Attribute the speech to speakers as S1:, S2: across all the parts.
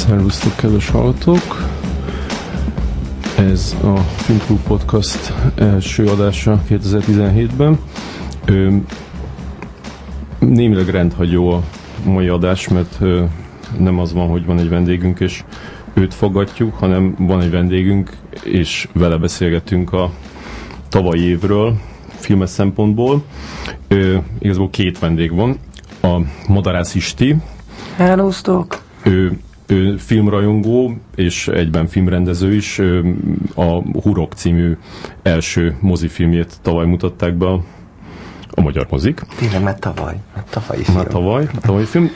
S1: Szervusztok, kedves hallgatók! Ez a Filmklub Podcast első adása 2017-ben. Némileg rendhagyó a mai adás, mert nem az van, hogy van egy vendégünk és őt fogadjuk, hanem van egy vendégünk és vele beszélgetünk a tavalyi évről filmes szempontból. Igazából két vendég van. A Madarász Isti.
S2: Hellosztok!
S1: Ő filmrajongó, és egyben filmrendező is. A Hurok című első mozifilmjét tavaly mutatták be a magyar mozik.
S2: Tényleg, már tavalyi film.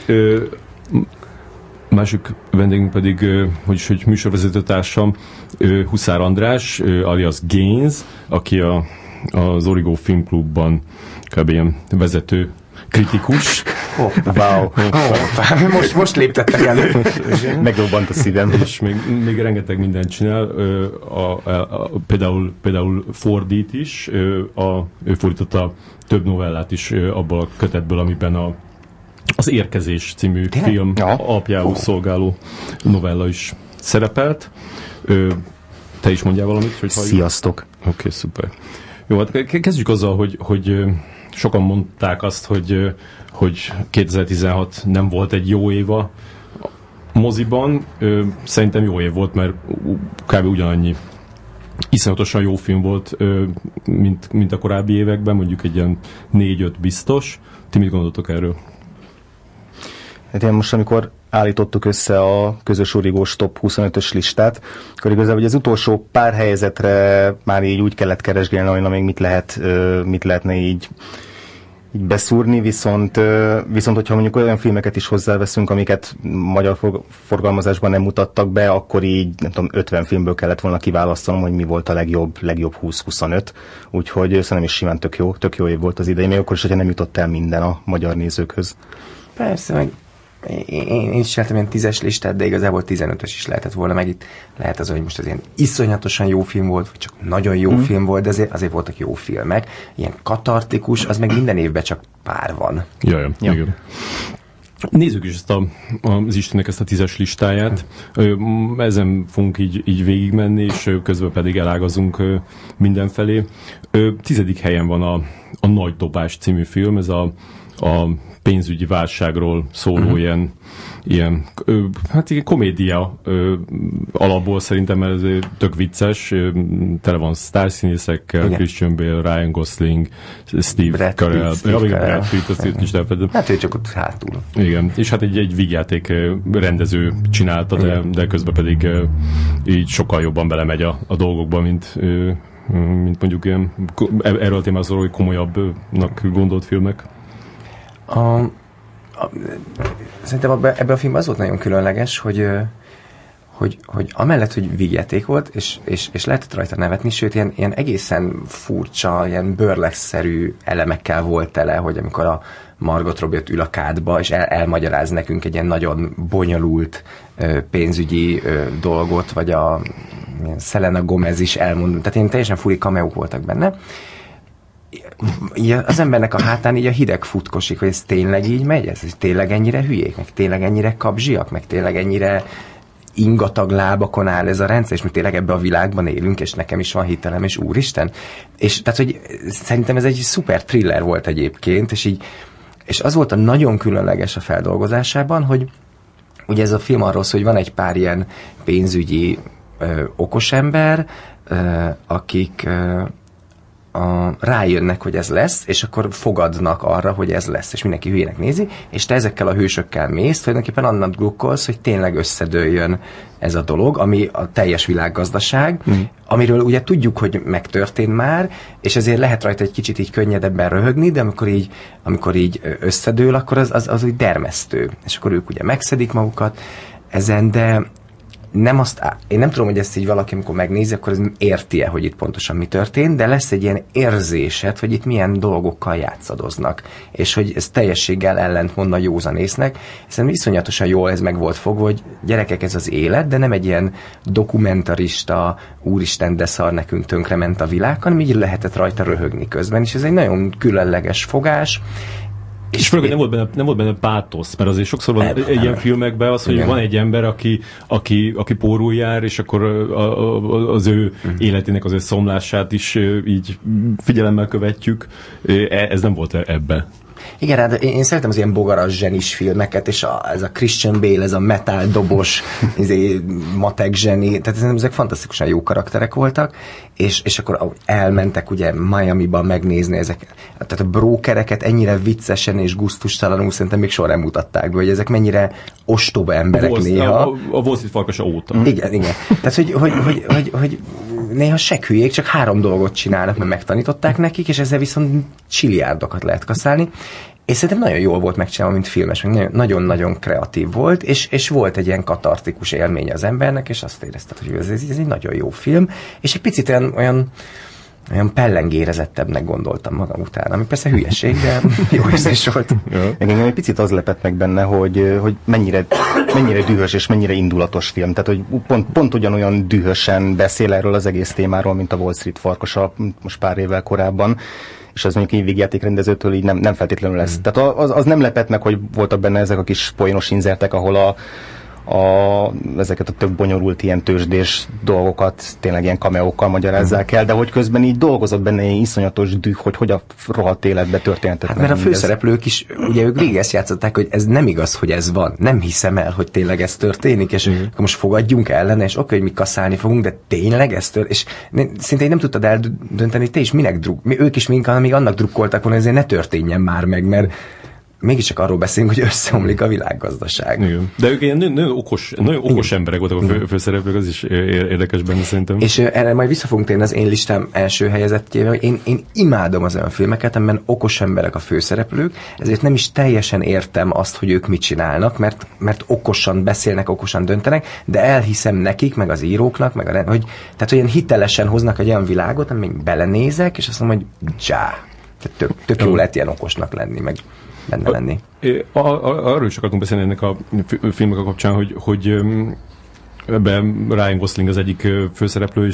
S1: Másik vendégünk pedig, hogy műsorvezetőtársam, Huszár András, alias Gaines, aki az Origo Filmklubban kb. Ilyen vezető kritikus.
S2: Wow. Most léptettek elő.
S3: Megrobbant a szívem.
S1: És még rengeteg mindent csinál. Például fordít is. Ő fordította több novellát is abból a kötetből, amiben az Érkezés című film alapjául szolgáló novella is szerepelt. Te is mondjál valamit? Hogy
S3: sziasztok!
S1: Oké, szuper. Jó, hát kezdjük azzal, hogy sokan mondták azt, hogy 2016 nem volt egy jó év a moziban. Szerintem jó év volt, mert kb. Ugyanannyi iszonyatosan jó film volt, mint a korábbi években, mondjuk egy ilyen 4-5 biztos. Ti mit gondoltok erről?
S3: Hát én most, amikor állítottuk össze a közös origós top 25-ös listát, akkor igazából az utolsó pár helyezetre már így úgy kellett keresgélni, hogy még mit lehetne így beszúrni, viszont hogyha mondjuk olyan filmeket is hozzáveszünk, amiket magyar forgalmazásban nem mutattak be, akkor így, nem tudom, 50 filmből kellett volna kiválasztanom, hogy mi volt a legjobb 20-25, úgyhogy szerintem is simán tök jó év volt az idei, még akkor is, hogyha nem jutott el minden a magyar nézőkhöz.
S2: Persze, meg én is csináltam ilyen 10-es listát, de igazából 15-ös is lehetett volna, meg itt lehet az, hogy most az ilyen iszonyatosan jó film volt, vagy csak nagyon jó film volt, de azért voltak jó filmek. Ilyen katartikus, az meg minden évben csak pár van.
S1: Jaj. Igen. Nézzük is az Istennek ezt a 10-es listáját. Ezen fogunk így végigmenni, és közben pedig elágazunk mindenfelé. 10. helyen van a Nagy Dobás című film, ez a pénzügyi válságról szóló ilyen komédia alapból szerintem, mert ez tök vicces, tele van sztárszínészekkel, Christian Bale, Ryan Gosling, Steve Carell, Brad Pitt, azt is elfedem.
S2: Hát ő csak ott hátul.
S1: Igen, és hát egy vígjáték rendező csinálta, de közben pedig így sokkal jobban belemegy a dolgokba, mint mondjuk ilyen, erről a témáról, hogy komolyabbnak gondolt filmek.
S2: Szerintem ebben a filmben az volt nagyon különleges, hogy amellett, hogy vígjáték volt, és lehetett rajta nevetni, sőt, ilyen egészen furcsa, ilyen burlesque-szerű elemekkel volt tele, hogy amikor a Margot Robbie ül a kádba, és elmagyaráz nekünk egy ilyen nagyon bonyolult pénzügyi dolgot, vagy a Selena Gomez is elmond, tehát ilyen teljesen furi cameók voltak benne. Az embernek a hátán így a hideg futkosik, hogy ez tényleg így megy, ez tényleg ennyire hülyék, meg tényleg ennyire kapzsiak, meg tényleg ennyire ingatag lábakon áll ez a rendszer, és mi tényleg ebbe a világban élünk, és nekem is van hitelem, és úristen. És tehát, hogy szerintem ez egy szuper thriller volt egyébként, és az volt a nagyon különleges a feldolgozásában, hogy ugye ez a film arról szól, hogy van egy pár ilyen pénzügyi okos ember, akik rájönnek, hogy ez lesz, és akkor fogadnak arra, hogy ez lesz, és mindenki hülyének nézi, és te ezekkel a hősökkel mész, tulajdonképpen annak drukkolsz, hogy tényleg összedőljön ez a dolog, ami a teljes világgazdaság, amiről ugye tudjuk, hogy megtörtént már, és ezért lehet rajta egy kicsit így könnyedebben röhögni, de amikor így összedől, akkor az úgy dermesztő. És akkor ők ugye megszedik magukat ezen, de én nem tudom, hogy ezt így valaki, amikor megnézi, akkor ez érti-e, hogy itt pontosan mi történt, de lesz egy ilyen érzésed, hogy itt milyen dolgokkal játszadoznak, és hogy ez teljességgel ellentmond a józanésznek. Szerintem iszonyatosan jól ez meg volt fogva, hogy gyerekek, ez az élet, de nem egy ilyen dokumentarista, úristen, de szar, nekünk tönkrement a világ, hanem így lehetett rajta röhögni közben, és ez egy nagyon különleges fogás,
S1: És főleg, nem volt benne pátosz, mert azért sokszor van ilyen filmekben az, hogy igen. Van egy ember, aki pórul jár, és akkor az ő életének az összeomlását is így figyelemmel követjük. Ez nem volt ebben.
S2: Igen, hát én szeretem az ilyen bogaras zsenis filmeket, és ez a Christian Bale, ez a metal dobos, matek zseni, tehát ezek fantasztikusan jó karakterek voltak, és akkor elmentek ugye Miami-ban megnézni ezeket. Tehát a brókereket ennyire viccesen és gusztustalanul szerintem még soha nem mutatták be, hogy ezek mennyire ostoba emberek néha.
S1: A Wall Street farkasa óta.
S2: Igen. Tehát, hogy néha hülyék, csak 3 dolgot csinálnak, mert megtanították nekik, és ezzel viszont csiliárdokat lehet kaszálni. És szerintem nagyon jól volt megcsinálva, mint filmes, meg nagyon-nagyon kreatív volt, és volt egy ilyen katartikus élménye az embernek, és azt érezted, hogy ez egy nagyon jó film, és egy picit olyan pellengérezettebbnek gondoltam magam után, ami persze hülyeség, de jó érzés volt.
S3: Engem egy picit az lepett meg benne, hogy mennyire dühös és mennyire indulatos film. Tehát, hogy pont ugyanolyan dühösen beszél erről az egész témáról, mint a Wall Street farkasa most pár évvel korábban, és az mondjuk így végjátékrendezőtől így nem feltétlenül lesz. Tehát az nem lepett meg, hogy voltak benne ezek a kis poénos inzertek, ahol ezeket a tök bonyolult ilyen tőzsdés dolgokat tényleg ilyen cameókkal magyarázzák el, de hogy közben így dolgozott benne ilyen iszonyatos düh, hogy a rohadt életbe történetet.
S2: Hát mert a főszereplők is, ugye ők végig ezt játszották, hogy ez nem igaz, hogy ez van. Nem hiszem el, hogy tényleg ez történik, és akkor most fogadjunk ellene, és oké, hogy mi kaszálni fogunk, de tényleg ez történik, és szinte nem tudtad eldönteni, te is minek ők is minket, amíg annak drukkoltak volna, ezért ne történjen már meg, mert mégiscsak arról beszélünk, hogy összeomlik a világgazdaság.
S1: Igen. De ők ilyen nagyon okos emberek voltak a főszereplők, az is érdekes benne szerintem.
S2: És erre majd vissza fogunk térni az én listám első helyezettjével, hogy én imádom az olyan filmeket, amiben okos emberek a főszereplők, ezért nem is teljesen értem azt, hogy ők mit csinálnak, mert okosan beszélnek, okosan döntenek, de elhiszem nekik, meg az íróknak, hogy ilyen hitelesen hoznak egy olyan világot, amin belenézek, és azt mondom, hogy tök jó lehet ilyen okosnak lenni, meg benne lenni.
S1: Arról is akartunk beszélni ennek a filmek kapcsán, hogy ebben Ryan Gosling az egyik főszereplő,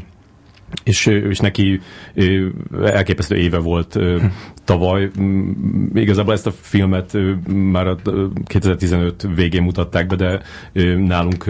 S1: és neki elképesztő éve volt tavaly. Igazából ezt a filmet már a 2015 végén mutatták be, de nálunk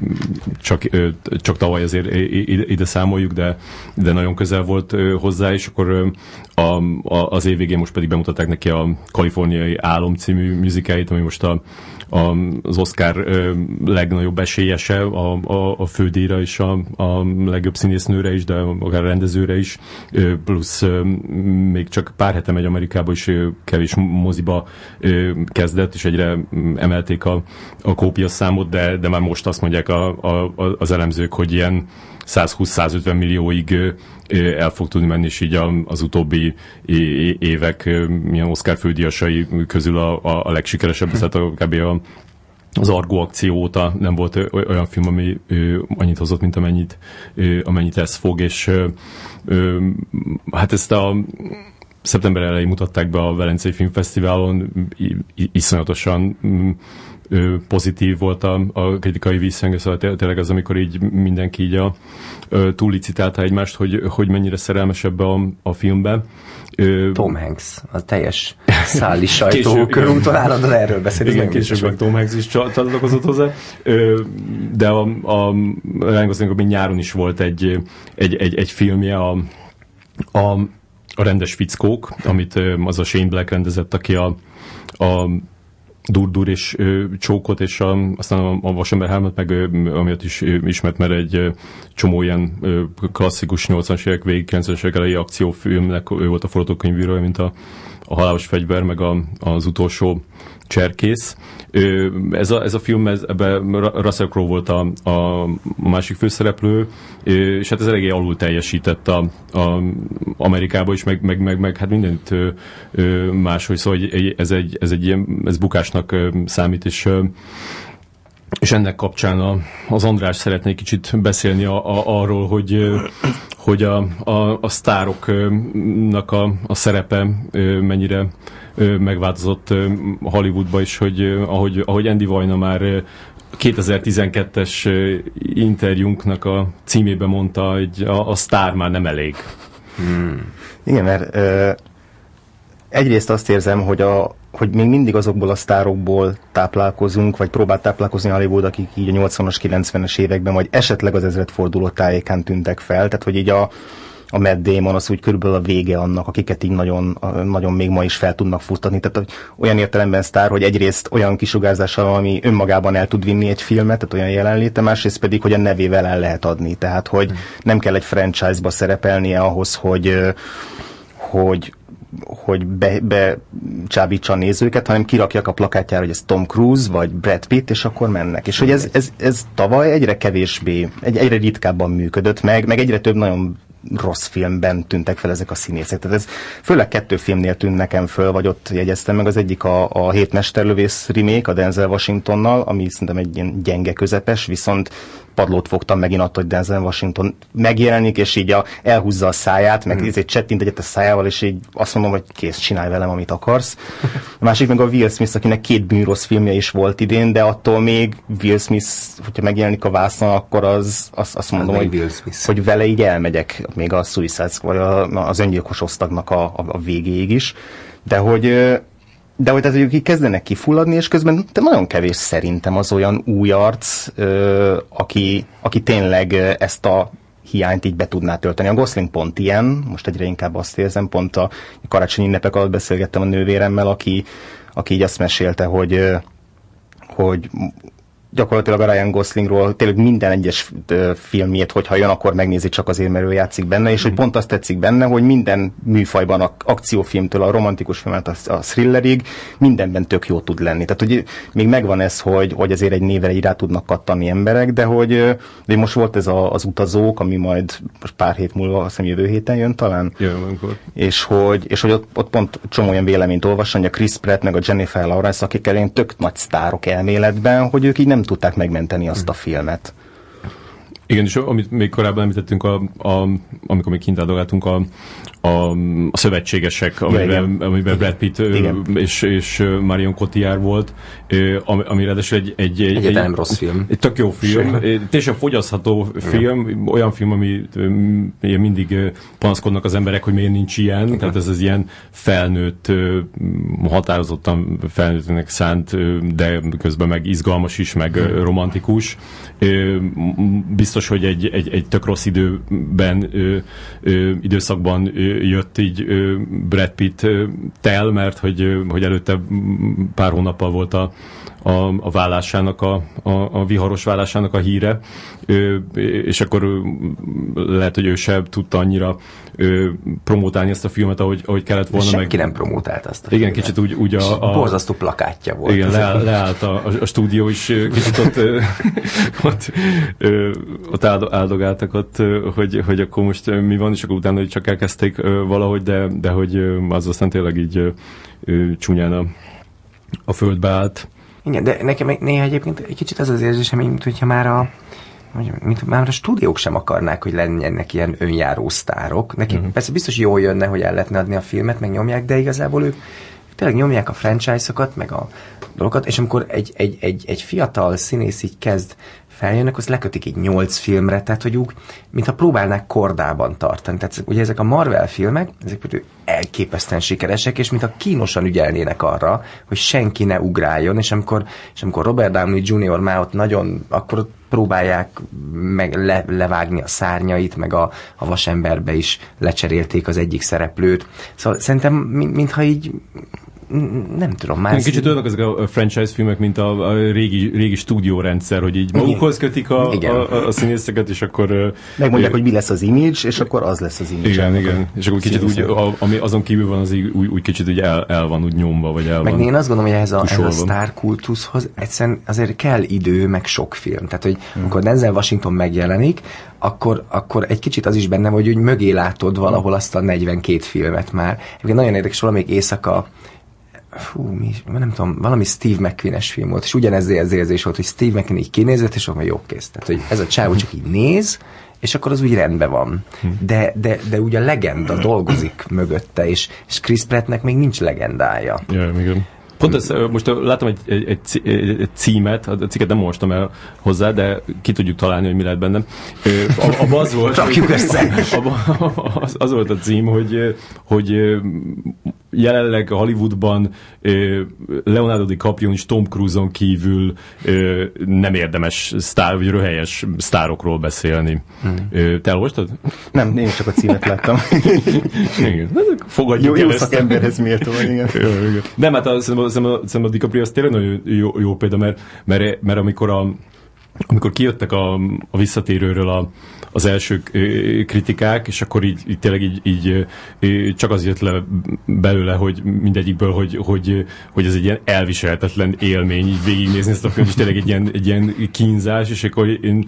S1: csak tavaly azért ide számoljuk, de nagyon közel volt hozzá, és akkor az év végén most pedig bemutatták neki a Kaliforniai Álom című musicalt, ami most az Oscar legnagyobb esélyese a fődíjra és a legjobb színésznőre is, de akár a rendezőre is, plusz még csak pár hete megy Amerikába, és kevés moziba kezdett, és egyre emelték a kópia számot, de már most azt mondják az elemzők, hogy ilyen 120-150 millióig el fog tudni menni, és így az utóbbi évek milyen Oscar fődíjasai közül a legsikeresebb, tehát kb. Az Argo akció óta nem volt olyan film, ami annyit hozott, mint amennyit ez fog, és hát ezt a szeptember elején mutatták be a Velencei Filmfesztiválon, iszonyatosan pozitív volt a kritikai visszhang, szóval tényleg az, amikor így mindenki így túllicitálta egymást, hogy mennyire szerelmes ebbe a filmbe.
S2: Tom Hanks, a teljes szálli sajtó körúton állandóan erről beszél.
S1: Igen, később Tom Hanks is csatlakozott hozzá. De a Ryan Goslingnak még nyáron is volt egy filmje, a Rendes fickók, amit az a Shane Black rendezett, aki a Durdur és Csókot, és aztán a Vasember 3-at meg amiatt is ismert, mert egy csomó ilyen klasszikus 80-as évek végig 90-es évek elejé akciófilmnek ő volt a forgatókönyvírója, mint a Halálos fegyver, meg az utolsó Cserkész. Ez a film, ebben Russell Crowe volt a másik főszereplő, és hát ez eléggé alul teljesített Amerikában is, meg hát mindent máshogy, szóval ez bukásnak számít, és ennek kapcsán az András szeretné kicsit beszélni arról, hogy a sztároknak a szerepe mennyire megváltozott Hollywoodba is, hogy ahogy Andy Vajna már 2012-es interjúnknak a címében mondta, hogy a sztár már nem elég.
S3: Igen, mert egyrészt azt érzem, hogy hogy még mindig azokból a sztárokból táplálkozunk, vagy próbál táplálkozni Hollywood, akik így a 80-as, 90-es években, vagy esetleg az ezredforduló tájékán tűntek fel. Tehát, hogy így a Matt Damon az úgy körülbelül a vége annak, akiket így nagyon, nagyon még ma is fel tudnak futtatni. Tehát olyan értelemben sztár, hogy egyrészt olyan kisugárzással, ami önmagában el tud vinni egy filmet, tehát olyan jelenléte, másrészt pedig, hogy a nevével el lehet adni. Tehát, hogy nem kell egy franchise-ba szerepelnie ahhoz, hogy becsábítsa a nézőket, hanem kirakjak a plakátjára, hogy ez Tom Cruise, vagy Brad Pitt, és akkor mennek. És hogy ez tavaly egyre kevésbé, egyre ritkábban működött meg egyre több nagyon rossz filmben tűntek fel ezek a színészek. Tehát ez főleg 2 filmnél tűnt nekem föl, vagy ott jegyeztem meg. Az egyik a Hét mesterlövész remake, a Denzel Washingtonnal, ami szerintem egy ilyen gyenge közepes, viszont padlót fogtam megint attól, hogy Denzel Washington megjelenik, és így elhúzza a száját, meg egy csettint egyet a szájával, és így azt mondom, hogy kész, csinálj velem, amit akarsz. A másik meg a Will Smith, akinek 2 bűnrossz filmje is volt idén, de attól még Will Smith, hogyha megjelenik a vászon, akkor azt mondom, hogy vele így elmegyek még a Suicide vagy az öngyilkos osztagnak a végéig is. De hogy tehát, hogy ők kezdenek kifulladni, és közben nagyon kevés szerintem az olyan új arc, aki tényleg ezt a hiányt így be tudná tölteni. A Gosling pont ilyen, most egyre inkább azt érzem, pont a karácsonyi ünnepek alatt beszélgettem a nővéremmel, aki így azt mesélte, hogy gyakorlatilag a Ryan Goslingról tényleg minden egyes filmjét, hogyha jön, akkor megnézi csak azért, mert ő játszik benne, és hogy pont azt tetszik benne, hogy minden műfajban, a akciófilmtől a romantikus filmet, a thrillerig, mindenben tök jó tud lenni. Tehát, hogy még megvan ez, hogy azért egy névre így rá tudnak kattani emberek, de hogy most volt ez az Utazók, ami majd most pár hét múlva, azt hiszem jövő héten jön talán. És hogy ott pont csomó olyan véleményt olvasson, hogy a Chris Pratt meg a Jennifer Lawrence, akik elén tök nagy sztárok elméletben, hogy ők így nem tudták megmenteni azt a filmet.
S1: Igen, és amit még korábban említettünk, amikor még kint áldogáltunk, a szövetségesek, amiben Brad Pitt és Marion Cotillard volt, ami ráadásul egy
S2: nem rossz film.
S1: Egy tök jó film. Teljesen fogyasztható film, olyan film, ami mindig panaszkodnak az emberek, hogy miért nincs ilyen, tehát ez az ilyen felnőtt, határozottan felnőttnek szánt, de közben meg izgalmas is, meg romantikus. Biztos, hogy egy tök rossz időszakban jött így Brad Pitt tel, mert hogy előtte pár hónappal volt a vállásának, a viharos vállásának a híre, és akkor lehet, hogy ő sem tudta annyira promotálni ezt a filmet, ahogy kellett volna.
S2: Senki nem promotálta azt a filmet.
S1: Igen, kicsit úgy a
S2: borzasztó plakátja volt.
S1: Igen, leállt a stúdió is, kicsit ott áldogáltak ott, hogy akkor most mi van, és akkor utána hogy csak elkezdték valahogy, de hogy az aztán tényleg így csúnyán a földbe állt.
S2: Igen, de nekem néha egyébként egy kicsit az érzésem, mint hogyha már a stúdiók sem akarnák, hogy lenjenek ilyen önjáró sztárok. Neki persze biztos jól jönne, hogy el lehetne adni a filmet, meg nyomják, de igazából ők tényleg nyomják a franchise-okat, meg a dolgokat, és amikor egy fiatal színész így kezd feljönnek, azt lekötik így 8 filmre, tehát hogy úgy, mintha próbálnák kordában tartani. Tehát ugye ezek a Marvel filmek, ezek például elképesztően sikeresek, és mintha kínosan ügyelnének arra, hogy senki ne ugráljon, és amikor Robert Downey Jr. már ott nagyon, akkor próbálják meg levágni a szárnyait, meg a Vasemberbe is lecserélték az egyik szereplőt. Szóval szerintem, mintha így nem tudom, már...
S1: Kicsit olyanok ezek a franchise filmek, mint a régi stúdiórendszer, hogy így magukhoz kötik a színészeket, és akkor...
S3: Megmondják, hogy mi lesz az image, és akkor az lesz az image.
S1: Igen. És akkor kicsit úgy, ami azon kívül van, az úgy kicsit úgy el van úgy nyomva, vagy el van.
S2: Meg én azt gondolom, hogy ez a sztárkultuszhoz egyszerűen azért kell idő, meg sok film. Tehát, hogy amikor Denzel Washington megjelenik, akkor egy kicsit az is benne, hogy úgy mögé látod valahol azt a 42 filmet már. Egyébként nagyon érdekes, valamelyik éjszaka nem tudom, valami Steve McQueen-es film volt, és ugyanez az érzés volt, hogy Steve McQueen így kinézett, és akkor jó, kész. Tehát, hogy ez a csávó csak így néz, és akkor az úgy rendben van. De úgy a legenda dolgozik mögötte, és Chris Prattnek még nincs legendája.
S1: Igen. Pont ezt, most látom egy címet, a cikket nem olvastam el hozzá, de ki tudjuk találni, hogy mi lehet bennem. Abban az volt,
S2: rakjuk össze.
S1: Az volt a cím, hogy jelenleg Hollywoodban Leonardo DiCaprio és Tom Cruise-on kívül nem érdemes sztár, vagy röhelyes sztárokról beszélni. Te elolvastad?
S3: Nem, én csak a címet láttam.
S1: Igen. Fogadjuk
S3: jó szakemberhez méltó, igen.
S1: Nem, hát szerintem a DiCaprio az tényleg nagyon jó példa, mert amikor kijöttek a visszatérőről az első kritikák, és akkor így tényleg így csak az jött le belőle, hogy mindegyikből, hogy ez egy ilyen elviselhetetlen élmény, így végignézni ezt a filmet, és tényleg egy ilyen kínzás, és akkor én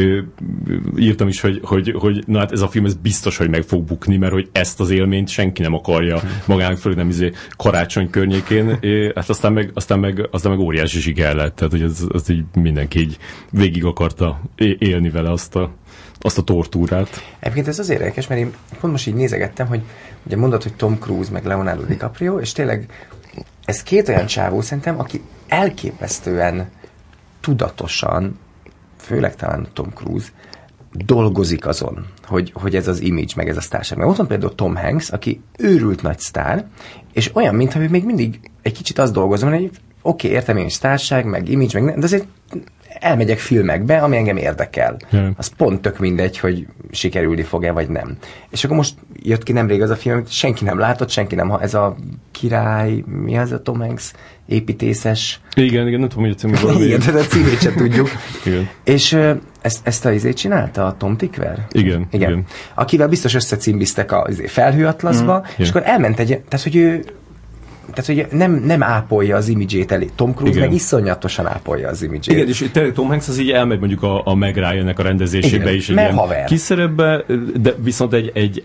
S1: írtam is, hogy na hát ez a film ez biztos, hogy meg fog bukni, mert hogy ezt az élményt senki nem akarja magának, főleg nem karácsony környékén, hát aztán meg óriási siker lett, tehát hogy az így mindenki így végig akarta élni vele azt a tortúrát.
S2: Egyébként ez azért érdekes, mert én pont most így nézegettem, hogy ugye mondod, hogy Tom Cruise meg Leonardo DiCaprio, és tényleg ez két olyan csávó szerintem, aki elképesztően tudatosan, főleg talán Tom Cruise, dolgozik azon, hogy ez az image, meg ez a sztárság. Mert ott van például Tom Hanks, aki őrült nagy sztár, és olyan, mintha ő még mindig egy kicsit azt dolgozom, hogy oké, értem én, sztárság, meg image, meg de azért elmegyek filmekbe, ami engem érdekel. Az pont tök mindegy, hogy sikerülni fog-e, vagy nem. És akkor most jött ki nemrég az a film, amit senki nem látott, senki nem, ez a király, mi az a Tom Hanks építészes?
S1: Igen, nem tudom, hogy a címét valami.
S2: Igen, de a címét sem tudjuk.
S1: Igen.
S2: És ezt a izét csinálta, a Tom Tickwer?
S1: Igen.
S2: Akivel biztos összecímbiztek a felhőatlaszba, és akkor elment tehát hogy nem ápolja az imidzsét elé. Tom Cruise meg iszonyatosan ápolja az imidzsét.
S1: Igen, és tényleg Tom Hanks az így elmegy mondjuk a Meg Ryan-nek a rendezésébe is.
S2: Mert haver.
S1: Kiszerepbe, de viszont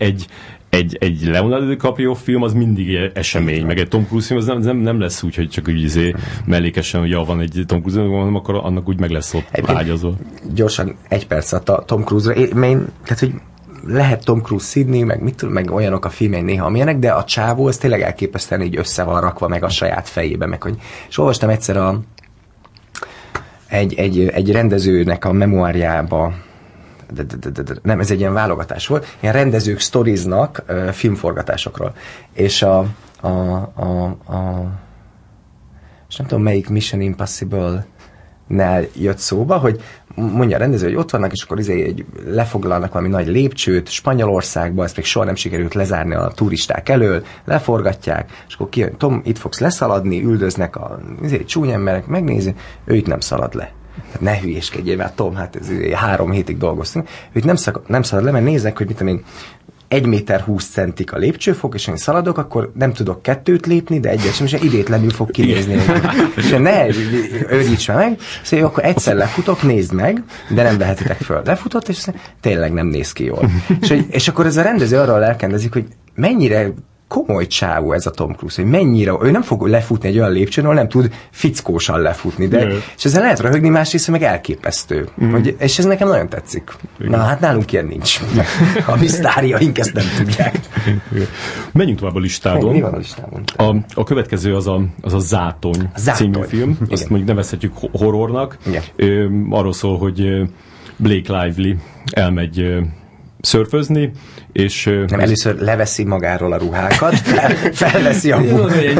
S1: egy Leonardo DiCaprio film az mindig esemény, meg egy Tom Cruise film az nem lesz úgy, hogy csak úgy mellékesen, hogy van egy Tom Cruise, hanem akkor annak úgy meg lesz ott ágyazva.
S2: Gyorsan egy perc a Tom Cruise-ra. Tehát, hogy lehet Tom Cruise szidni, meg olyanok a filmjein néha amilyenek, de a csávó az tényleg elképesztően így össze van rakva meg a saját fejébe, és olvastam egyszer egy rendezőnek a memoárjába, nem, ez egy ilyen válogatás volt, ilyen rendezők sztoriznak filmforgatásokról, és és nem tudom melyik Mission Impossible-nál jött szóba, hogy mondja a rendező, hogy ott vannak, és akkor lefoglalnak valami nagy lépcsőt Spanyolországba, ezt még soha nem sikerült lezárni a turisták elől, leforgatják, és akkor kijön, Tom, itt fogsz leszaladni, üldöznek a csúnya emberek, megnézi, ő itt nem szalad le. Hát ne hülyéskedjél már, Tom, hát ez 3 hétig dolgoztunk. Ő itt nem szalad le, mert néznek, hogy mit tudom én, 1 méter 20 centik a lépcsőfok, és én szaladok, akkor nem tudok 2 lépni, de egyet sem, és idétlenül fog kinézni. És ne őríts már meg, szóval akkor egyszer lefutok, nézd meg, de nem vehetitek föl. Lefutott, és tényleg nem néz ki jól. És akkor ez a rendező arról elkendezik, hogy mennyire komoly csávó ez a Tom Cruise, hogy mennyire, ő nem fog lefutni egy olyan lépcsőn, ahol nem tud fickósan lefutni, de és ezzel lehet röhögni, másrészt meg elképesztő. És ez nekem nagyon tetszik. Na hát nálunk ilyen nincs. A mi sztárjaink ezt nem tudják.
S1: Menjünk tovább a listádon.
S2: Mi van a listádon?
S1: A következő az a Zátony című film. Azt mondjuk nevezhetjük horrornak. Arról szól, hogy Blake Lively elmegy szörfözni, és...
S2: Nem, először leveszi magáról a ruhákat, felveszi a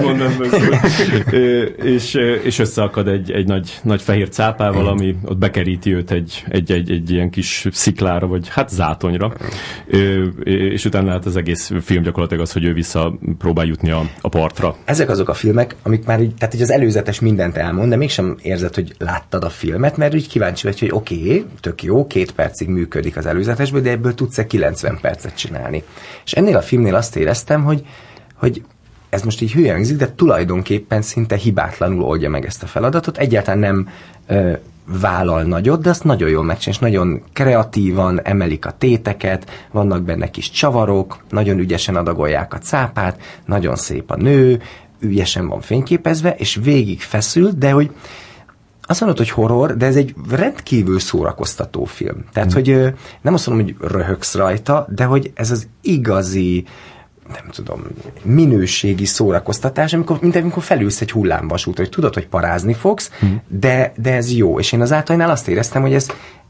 S1: és összeakad egy nagy fehér cápával, ami ott bekeríti őt egy ilyen kis sziklára, vagy hát zátonyra, és utána hát az egész film gyakorlatilag az, hogy ő vissza próbál jutni a partra.
S2: Ezek azok a filmek, amik már így, tehát így az előzetes mindent elmond, de mégsem érzed, hogy láttad a filmet, mert úgy kíváncsi vagy, hogy oké, tök jó, 2 percig működik az előzetesből, de ebből tudsz 90 percet csinálni. És ennél a filmnél azt éreztem, hogy ez most így hülye hangzik, de tulajdonképpen szinte hibátlanul oldja meg ezt a feladatot. Egyáltalán nem vállal nagyot, de azt nagyon jól megcsinálja, és nagyon kreatívan emelik a téteket, vannak benne kis csavarok, nagyon ügyesen adagolják a cápát, nagyon szép a nő, ügyesen van fényképezve, és végig feszült, de hogy azt mondod, hogy horror, de ez egy rendkívül szórakoztató film. Tehát, hogy nem azt mondom, hogy röhögsz rajta, de hogy ez az igazi, nem tudom, minőségi szórakoztatás, mint amikor felülsz egy hullámvasútra, hogy tudod, hogy parázni fogsz, de ez jó. És én az Zátonynál azt éreztem, hogy ez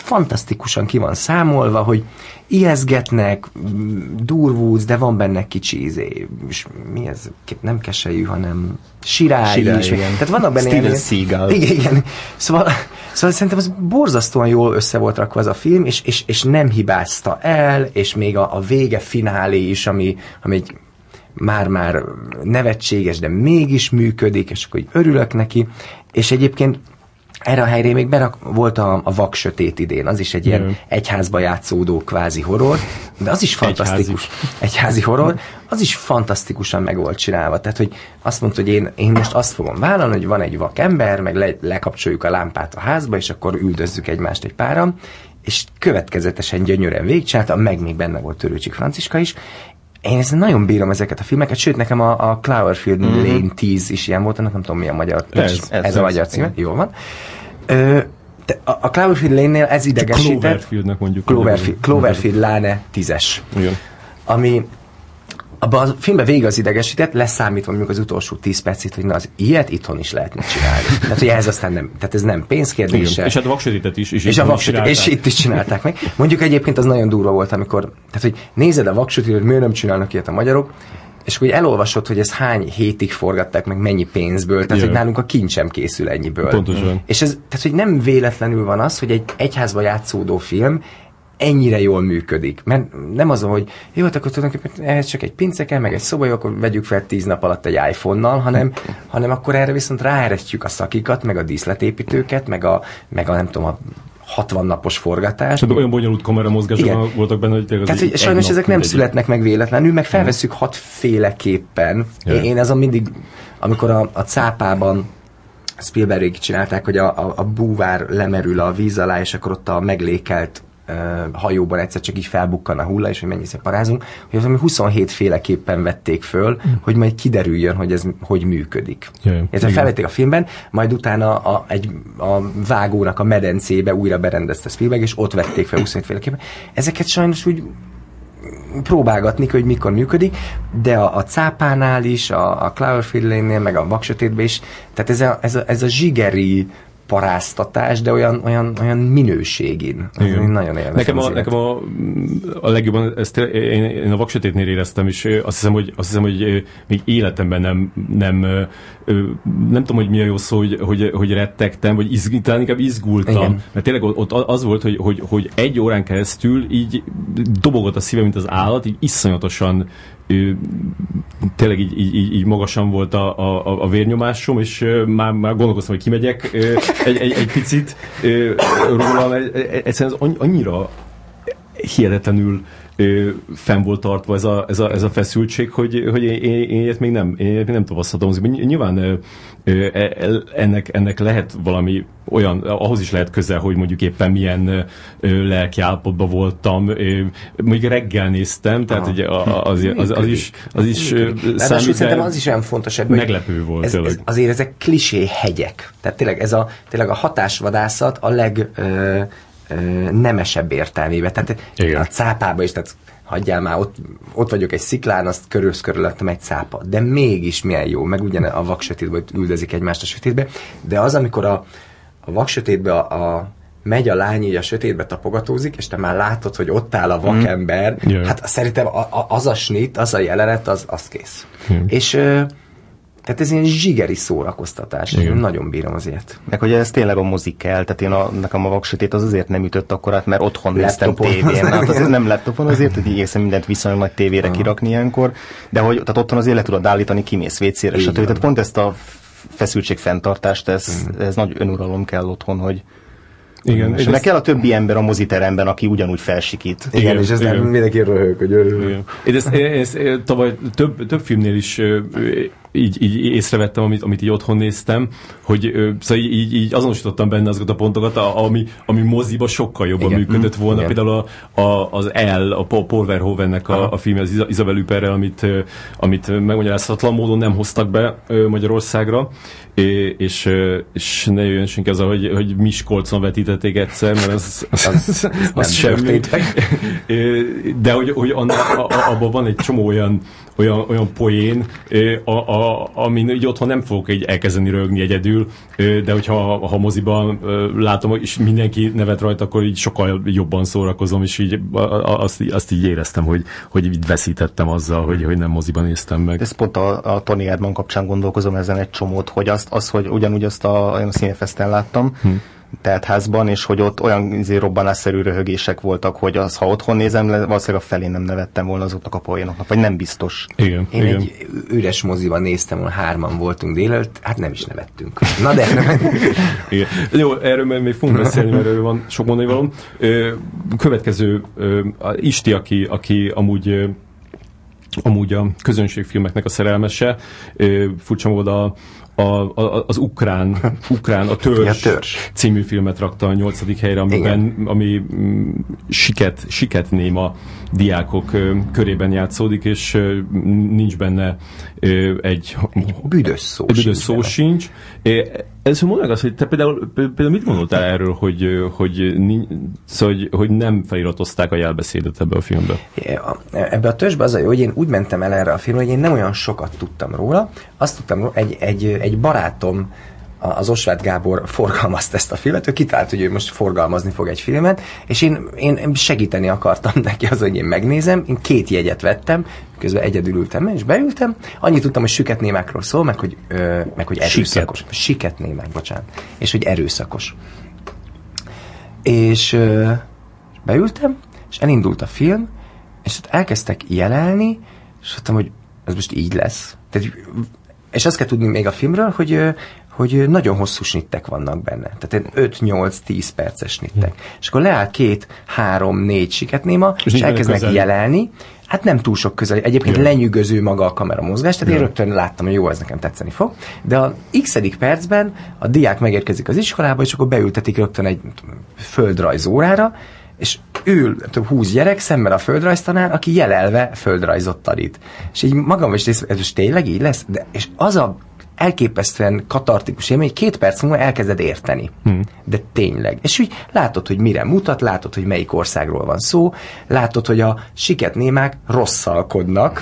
S2: fantasztikusan ki van számolva, hogy ijeszgetnek, durvúz, de van benne kicsi és mi ez? Nem keselyű, hanem sirály is. Tehát vannak benne
S3: Steven Seagal.
S2: Igen. Szóval szerintem az borzasztóan jól össze volt rakva az a film, és nem hibázta el, és még a vége finálé is, ami egy már nevetséges, de mégis működik, és akkor így örülök neki, és egyébként erre a helyre még volt a Vak sötét idén, az is egy ilyen egyházba játszódó kvázi horror, de az is fantasztikus. Egyházi horror, az is fantasztikusan meg volt csinálva. Tehát, hogy azt mondta, hogy én most azt fogom vállalni, hogy van egy vak ember, meg lekapcsoljuk a lámpát a házba, és akkor üldözzük egymást egy páran, és következetesen gyönyörűen végigcsinálta, meg még benne volt Törőcsik Franciska is. Én ezt nagyon bírom ezeket a filmeket, sőt, nekem a Cloverfield Lane 10 is ilyen volt, nem tudom milyen magyar. Ez a magyar címe, jól van. A Cloverfield Lane-nél ez idegesített.
S1: Cloverfieldnek mondjuk.
S2: Cloverfield Lane 10-es. Igen. Ami abban a filmben végig az idegesített, leszámítva mondjuk az utolsó 10 percet, hogy na az ilyet itthon is lehetne csinálni. Tehát, hogy ez aztán nem, tehát ez nem pénzkérdése.
S1: És hát a Vaksötétet is.
S2: És itt is csinálták meg. Mondjuk egyébként az nagyon durva volt, amikor, tehát, hogy nézed a Vaksötétet, hogy miért nem csinálnak ilyet a magyarok, és akkor elolvasod, hogy ezt hány hétig forgatták meg, mennyi pénzből, tehát hogy nálunk a kincs sem készül ennyiből.
S1: Pontosan.
S2: És ez, tehát, hogy nem véletlenül van az, hogy egy egyházba játszódó film ennyire jól működik. Mert nem az, hogy jó, akkor tulajdonképpen ehhez csak egy pince kell, meg egy szoba, akkor vegyük fel 10 nap alatt egy iPhone-nal, hanem akkor erre viszont ráeresztjük a szakikat, meg a díszletépítőket, meg a nem tudom, a 60 napos forgatás.
S1: Tehát olyan bonyolult kameramozgások voltak benne, hogy
S2: tehát, hogy sajnos ezek nem születnek meg véletlenül, meg felveszünk 6 féleképpen. Én azon mindig, amikor a cápában Spielberg csinálták, hogy a búvár lemerül a víz alá, és akkor ott a meglékelt hajóban egyszer csak így felbukkan a hulla, és hogy mennyiszer parázunk, hogy az, ami 27 féleképpen vették föl, hogy majd kiderüljön, hogy ez hogy működik. Ezzel felvették a filmben, majd utána a vágónak a medencébe újra berendezte Spielberg, és ott vették fel 27 féleképpen. Ezeket sajnos úgy próbálgatni, hogy mikor működik, de a cápánál is, a Cloverfield Lane-nél, meg a Vaksötétben is, tehát ez a zsigeri paráztatás, de olyan minőségén. Nagyon élvezem.
S1: Nekem a legjobban ezt én a Vaksötétnél éreztem, és azt hiszem, hogy még életemben nem tudom, hogy mi a jó szó, hogy rettegtem, vagy talán inkább izgultam. Igen. Mert tényleg ott az volt, hogy 1 órán keresztül így dobogott a szívem, mint az állat, így iszonyatosan tényleg így magasan volt a vérnyomásom, és már gondolkoztam, hogy kimegyek egy picit róla, mert egyszerűen ez annyira hihetetlenül fenn volt tartva ez a feszültség, hogy én ilyet még nem tapasztaltam. Nyilván ennek lehet valami olyan, ahhoz is lehet közel, hogy mondjuk éppen milyen lelki állapotban voltam. Mondjuk reggel néztem, tehát ugye az is számít,
S2: szerintem az is olyan fontos ebben,
S1: meglepő volt.
S2: Azért ezek klisé hegyek. Tehát tényleg a hatásvadászat a nemesebb értelmébe. Tehát a cápába is, tehát hagyjál már, ott vagyok egy sziklán, azt körülöttem egy cápa. De mégis milyen jó, meg ugyan a Vaksötétben üldözik egymást a sötétbe, de az, amikor a Vaksötétbe megy a lány így a sötétbe tapogatózik, és te már látod, hogy ott áll a vakember, hát szerintem az a snit, az a jelenet, az kész. És tehát ez ilyen zsigeri szórakoztatás. Én nagyon bírom az ilyet.
S3: Meg hogy ez tényleg a mozik kell, tehát nekem a Vaksötét az azért nem ütött akkorát, mert otthon néztem tévén. Hát azért nem laptopon azért, hogy igyekszem mindent viszonylag nagy tévére kirakni ilyenkor, de hogy tehát otthon azért le tudod állítani, kimész vécére, stb. Tehát pont ezt a feszültség fenntartást, ez nagy önuralom kell otthon, hogy
S1: igen,
S3: és meg kell a többi ember a moziteremben, aki ugyanúgy felsikít.
S2: Igen, és ez nem mindenki röhög, hogy
S1: én ezt tavaly több filmnél is így észrevettem, amit így otthon néztem, hogy szóval így azonosítottam benne azokat a pontokat, ami moziba sokkal jobban működött volna. Igen. Például az a Paul Verhoevennek a filmje, az Isabelle Huppert, amit megmagyarázhatatlan módon nem hoztak be Magyarországra, és ne jöjjön senki azzal, hogy Miskolcon vetítették egyszer, mert az semmi. De hogy abban van egy csomó olyan poén, amin így otthon nem fogok így elkezdeni rögni egyedül, de hogyha moziban látom, és mindenki nevet rajta, akkor így sokkal jobban szórakozom, és így azt így éreztem, hogy így veszítettem azzal, hogy nem moziban néztem meg.
S3: Ez pont a Tony Erdmann kapcsán gondolkozom ezen egy csomót, hogy hogy ugyanúgy azt a Színfeszten láttam, teltházban, és hogy ott olyan robbanásszerű röhögések voltak, hogy az, ha otthon nézem, valószínűleg a felén nem nevettem volna azoknak a poénoknak, vagy nem biztos.
S2: Igen, én egy üres moziban néztem, ahol 3-an voltunk délelőtt, hát nem is nevettünk. Na de nem.
S1: Igen. Jó, erről még fogunk beszélni, mert erről van sok mondani való. Következő Isti, aki amúgy a közönségfilmeknek a szerelmese, furcsa módon az ukrán a Törzs című filmet rakta a 8. helyre, ami siket néma diákok körében játszódik, és nincs benne egy
S2: büdös szó
S1: sincs. Ez mondják azt, hogy te például mit gondoltál erről, hogy nem feliratozták a jelbeszédet ebbe a filmbe?
S2: Ebbe a Törzsbe az a jó, hogy én úgy mentem el erre a filmre, hogy én nem olyan sokat tudtam róla. Azt tudtam róla, egy barátom, az Osváth Gábor forgalmazta ezt a filmet, ő kitalált, hogy ő most forgalmazni fog egy filmet, és én segíteni akartam neki az, hogy én megnézem, én 2 jegyet vettem, közben egyedül ültem, és beültem, annyit tudtam, hogy süketnémákról szól, meg hogy erőszakos. Siketnémák, bocsánat. És hogy erőszakos. És beültem, és elindult a film, és ott elkezdtek jelelni, és mondtam, hogy ez most így lesz. Tehát, és azt kell tudni még a filmről, hogy nagyon hosszú snittek vannak benne. Tehát 5-8-10 perces snittek. És akkor leáll 2-3-4 siketnéma, és elkezdenek jelelni. Hát nem túl sok közel. Egyébként lenyűgöző maga a kamera mozgás, tehát én rögtön láttam, hogy jó, ez nekem tetszeni fog. De a x-edik percben a diák megérkezik az iskolába, és akkor beültetik rögtön egy földrajz órára, és ül több 20 gyerek szemmel a földrajztanár, aki jelelve földrajzot tanít. És így magam is ez most tényleg így lesz? És az a elképesztően katartikus élmény, hogy 2 perc múlva elkezded érteni. De tényleg. És úgy látod, hogy mire mutat, látod, hogy melyik országról van szó, látod, hogy a siketnémák rosszalkodnak,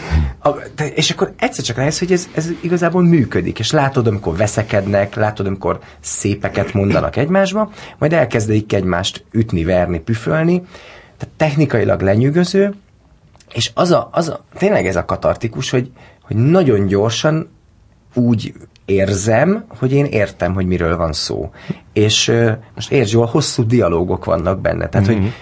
S2: és akkor egyszer csak rájössz, hogy ez igazából működik, és látod, amikor veszekednek, látod, amikor szépeket mondanak egymásba, majd elkezdedik egymást ütni, verni, püfölni, tehát technikailag lenyűgöző, és tényleg ez a katartikus, hogy nagyon gyorsan úgy érzem, hogy én értem, hogy miről van szó. És most értsd jól, hosszú dialógok vannak benne. Tehát, hogy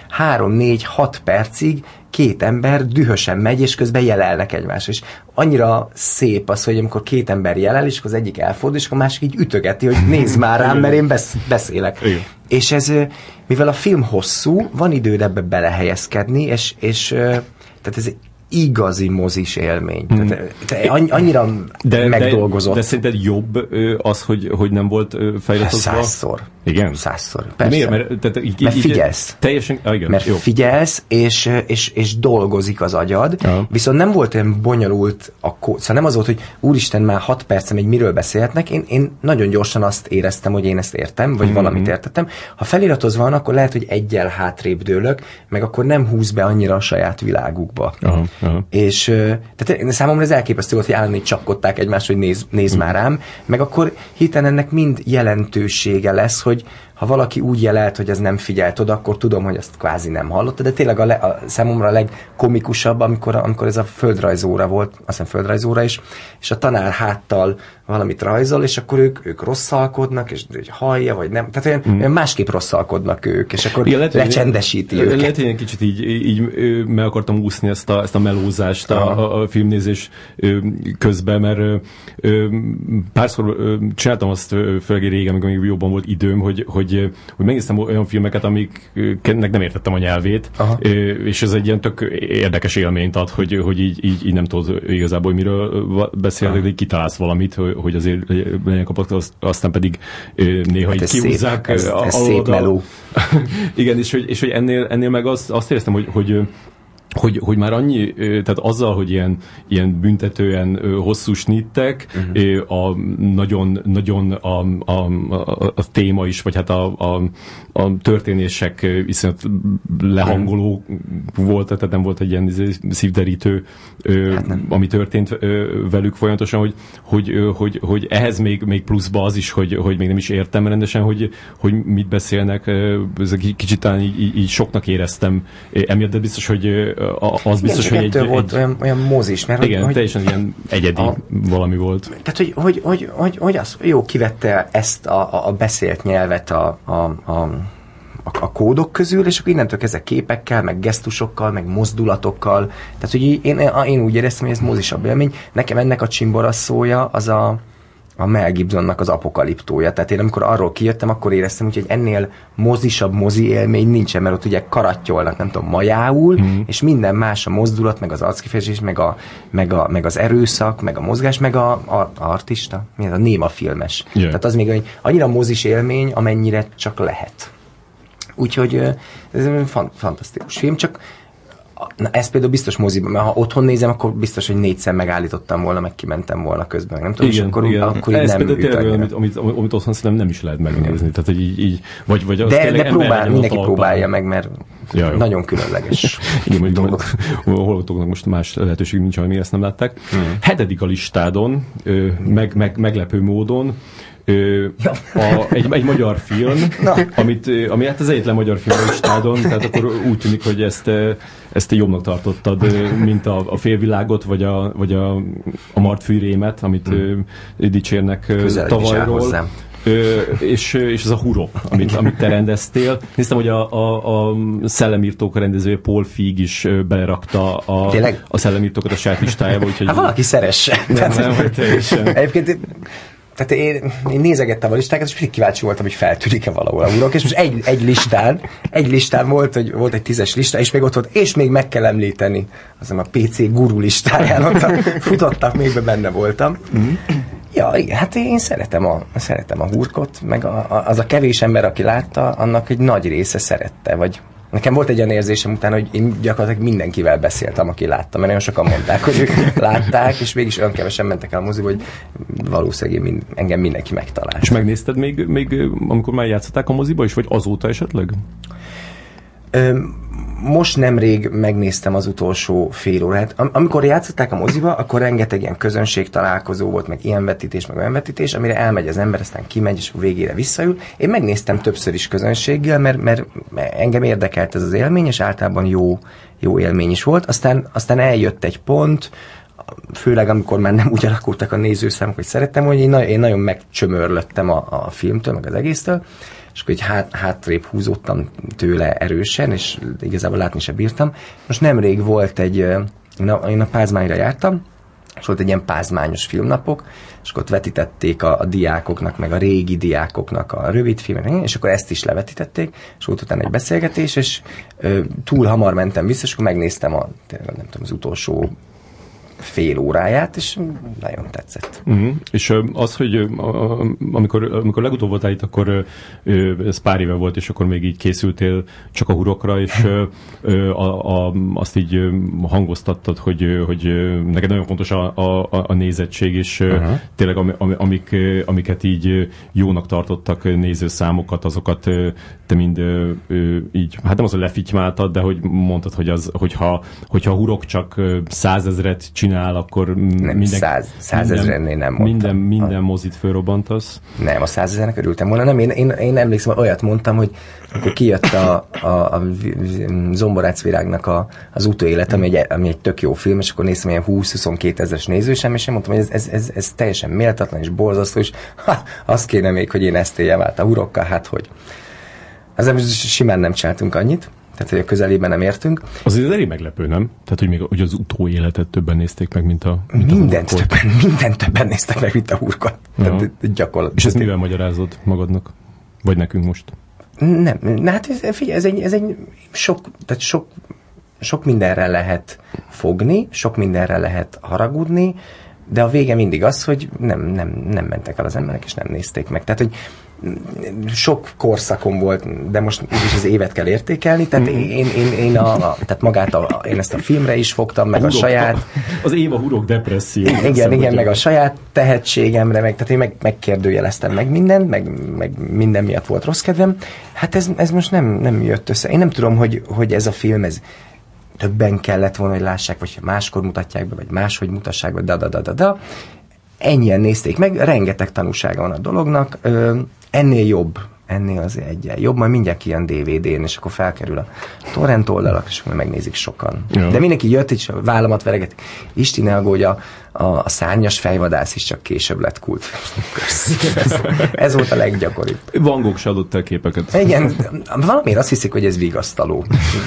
S2: 3-4-6 percig 2 ember dühösen megy, és közben jelelnek egymás. És annyira szép az, hogy amikor 2 ember jelel, és az egyik elfordul, és a másik így ütögeti, hogy nézd már rám, mert én beszélek. Igen. És ez, mivel a film hosszú, van időd ebbe belehelyezkedni, és tehát ez igazi mozis élmény. Tehát annyira megdolgozott.
S1: De szerinted jobb az, hogy nem volt feliratozva?
S2: 100-szor.
S1: Igen?
S2: 100-szor. Persze.
S1: Miért?
S2: Mert figyelsz.
S1: Teljesen, igen,
S2: mert jó. Figyelsz, és dolgozik az agyad, viszont nem volt olyan bonyolult szóval nem az volt, hogy úristen, már 6 percem, hogy miről beszélhetnek, én nagyon gyorsan azt éreztem, hogy én ezt értem, vagy valamit értettem. Ha feliratozva van, akkor lehet, hogy egyel hátrébb dőlök, meg akkor nem húz be annyira a saját világukba. És tehát számomra ez elképesztő volt, hogy állandóan csapkodták egymást, hogy nézd már rám, meg akkor hirtelen ennek mind jelentősége lesz, hogy ha valaki úgy jelelt, hogy ez nem figyelt oda, akkor tudom, hogy azt kvázi nem hallotta, de tényleg számomra a legkomikusabb, amikor ez a földrajzóra volt, azt hiszem földrajzóra is, és a tanár háttal valamit rajzol, és akkor ők rosszalkodnak, és hogy hallja, vagy nem. Tehát olyan másképp rosszalkodnak ők, és akkor lecsendesíti őket.
S1: Lehet, hogy egy kicsit így meg akartam úszni ezt a melózást a filmnézés közben, mert párszor csináltam azt, főleg régen, amikor még jobban volt időm, hogy megnéztem olyan filmeket, amiknek nem értettem a nyelvét, és ez egy ilyen tök érdekes élményt ad, hogy így nem tudod igazából, miről beszélnek, de kitalálsz valamit, hogy azért legyen kapcsolat, aztán pedig néha így kihúzzák.
S2: Ez szép meló.
S1: Igen, és hogy ennél meg azt éreztem, hogy hogy már annyi, tehát azzal, hogy ilyen büntetően hosszú snittek, a nagyon a téma is, vagy hát a történések iszonyat lehangoló volt, tehát nem volt egy ilyen szívderítő, ami történt velük folyamatosan, hogy ehhez még pluszba az is, hogy még nem is értem rendesen, hogy mit beszélnek, ez kicsit talán így soknak éreztem emiatt, de biztos, hogy az biztos, hogy
S2: egy volt olyan mozis, mert
S1: igen, hogy teljesen ilyen egyedi valami volt.
S2: Tehát, hogy az jó, kivette ezt a beszélt nyelvet a kódok közül, és akkor innentől kezdve képekkel, meg gesztusokkal, meg mozdulatokkal. Tehát, hogy én úgy éreztem, hogy ez mozisabb élmény. Nekem ennek a csimboraszója az a Mel Gibsonnak az Apokaliptója. Tehát én amikor arról kijöttem, akkor éreztem, hogy ennél mozisabb mozi élmény nincsen, mert ott ugye karattyolnak, nem tudom, majául, és minden más, a mozdulat, meg az arckifejezés, meg az erőszak, meg a mozgás, meg a artista, a néma filmes. Yeah. Tehát az még annyira mozis élmény, amennyire csak lehet. Úgyhogy ez egy fantasztikus film, csak ez például biztos moziban, mert ha otthon nézem, akkor biztos, hogy 4-szer megállítottam volna, meg kimentem volna közben, meg nem tudom,
S1: igen,
S2: és akkor
S1: ez
S2: nem
S1: például tényleg, amit otthon szerintem nem is lehet megnézni. Tehát, hogy így vagy az
S2: de mindenki próbálja meg, mert nagyon különleges dolgok.
S1: Hallgatóknak most más lehetőség nincs, ami ezt nem látták. 7. a listádon, meglepő módon, egy magyar film, ami hát az egyetlen magyar film a listádon, tehát akkor úgy tűnik, hogy ezt jobbnak tartottad, mint a Félvilágot, vagy a Martfűrémet, amit dicsérnek tavalyról. És ez a Hurok, amit te rendeztél. Néztem, hogy a Szellemírtók rendezője Paul Feig is belerakta a Szellemírtókat a saját listájába.
S2: Hát valaki szeresse.
S1: Nem, hogy teljesen.
S2: Egyébként tehát én nézegettem a listákat, és mindig kíváncsi voltam, hogy feltűnik-e valahol a Hurok, és most egy listán volt egy 10-es lista, és még ott volt, és még meg kell említeni, azon a PC guru listáján, ott futottak, még benne voltam. Ja, igen, hát én szeretem a Hurkot, meg az a kevés ember, aki látta, annak egy nagy része szerette, vagy nekem volt egy olyan érzésem utána, hogy én gyakorlatilag mindenkivel beszéltem, aki látta, mert nagyon sokan mondták, hogy ők látták, és mégis olyan kevesen mentek el a moziba, hogy valószínűleg engem mindenki megtalál.
S1: És megnézted még amikor már játszották a moziba is, vagy azóta esetleg?
S2: Most nemrég megnéztem az utolsó fél órát. Amikor játszották a moziba, akkor rengeteg ilyen közönség találkozó volt, meg ilyen vetítés, meg olyan vetítés, amire elmegy az ember, aztán kimegy, és végére visszaül. Én megnéztem többször is közönséggel, mert engem érdekelt ez az élmény, és általában jó élmény is volt. Aztán eljött egy pont, főleg amikor már nem úgy alakultak a nézőszámok, hogy szerettem, hogy én nagyon megcsömörlöttem a filmtől, meg az egésztől, és akkor hátrébb húzódtam tőle erősen, és igazából látni sem bírtam. Most nemrég volt én a Pázmányra jártam, és volt egy ilyen pázmányos filmnapok, és akkor ott vetítették a diákoknak, meg a régi diákoknak a rövidfilmet, és akkor ezt is levetítették, és volt utána egy beszélgetés, és túl hamar mentem vissza, és akkor megnéztem nem tudom, az utolsó fél óráját, és nagyon tetszett.
S1: És az, hogy amikor legutóbb voltál itt, akkor ez pár éve volt, és akkor még így készültél csak a Hurokra, és azt így hangoztattad, hogy neked nagyon fontos a nézettség, és tényleg amiket így jónak tartottak nézőszámokat, azokat te mind így, hát nem az, hogy lefitymáltad, de hogy mondtad, hogy hogyha a Hurok csak 100 000 csinál, akkor
S2: százezrennél nem mondtam.
S1: Minden mozit fölrobbantasz.
S2: Nem, a 100 000-nek örültem volna. Nem, én emlékszem, olyat mondtam, hogy akkor kijött a Zomborác Virágnak az Utóélet, ami egy tök jó film, és akkor néztem ilyen 20-22 ezres nézősem, és én mondtam, hogy ez teljesen méltatlan és borzasztó, és azt kéne még, hogy én ezt éljem át a Hurokkal, hát hogy. Ezzel simán nem csináltunk annyit, tehát hogy a közelében nem értünk.
S1: Azért ez elég meglepő, nem? Tehát, hogy az Utóéletet többen nézték meg, mint a
S2: Mindent többen néztek meg, mint a Hurkot. Gyakorlatilag.
S1: És ezt mivel magyarázod magadnak? Vagy nekünk most?
S2: Nem, hát figyelj, ez egy sok mindenre lehet fogni, sok mindenre lehet haragudni, de a vége mindig az, hogy nem mentek el az emberek, és nem nézték meg. Tehát, hogy sok korszakon volt, de most úgyis az évet kell értékelni, tehát én ezt a filmre is fogtam, meg a saját...
S1: Az év a hurok depresszió.
S2: Igen, meg a saját tehetségemre, tehát én megkérdőjeleztem meg mindent, meg minden miatt volt rossz kedvem. Hát ez most nem jött össze. Én nem tudom, hogy ez a film, ez többen kellett volna, hogy lássák, vagy máskor mutatják be, vagy máshogy mutassák be, da. Ennyien nézték meg, rengeteg tanúsága van a dolognak, ennél az egyen jobb, majd mindjárt kijön DVD-n, és akkor felkerül a torrent oldalak, és akkor megnézik sokan. Ja. De mindenki jött, és a vállamat vereget. Isten ne aggódj, a szárnyas fejvadász is csak később lett kult. Ez volt a leggyakoribb.
S1: Van Gogh se adott el képeket.
S2: Igen, valamiért azt hiszik, hogy ez vigasztaló.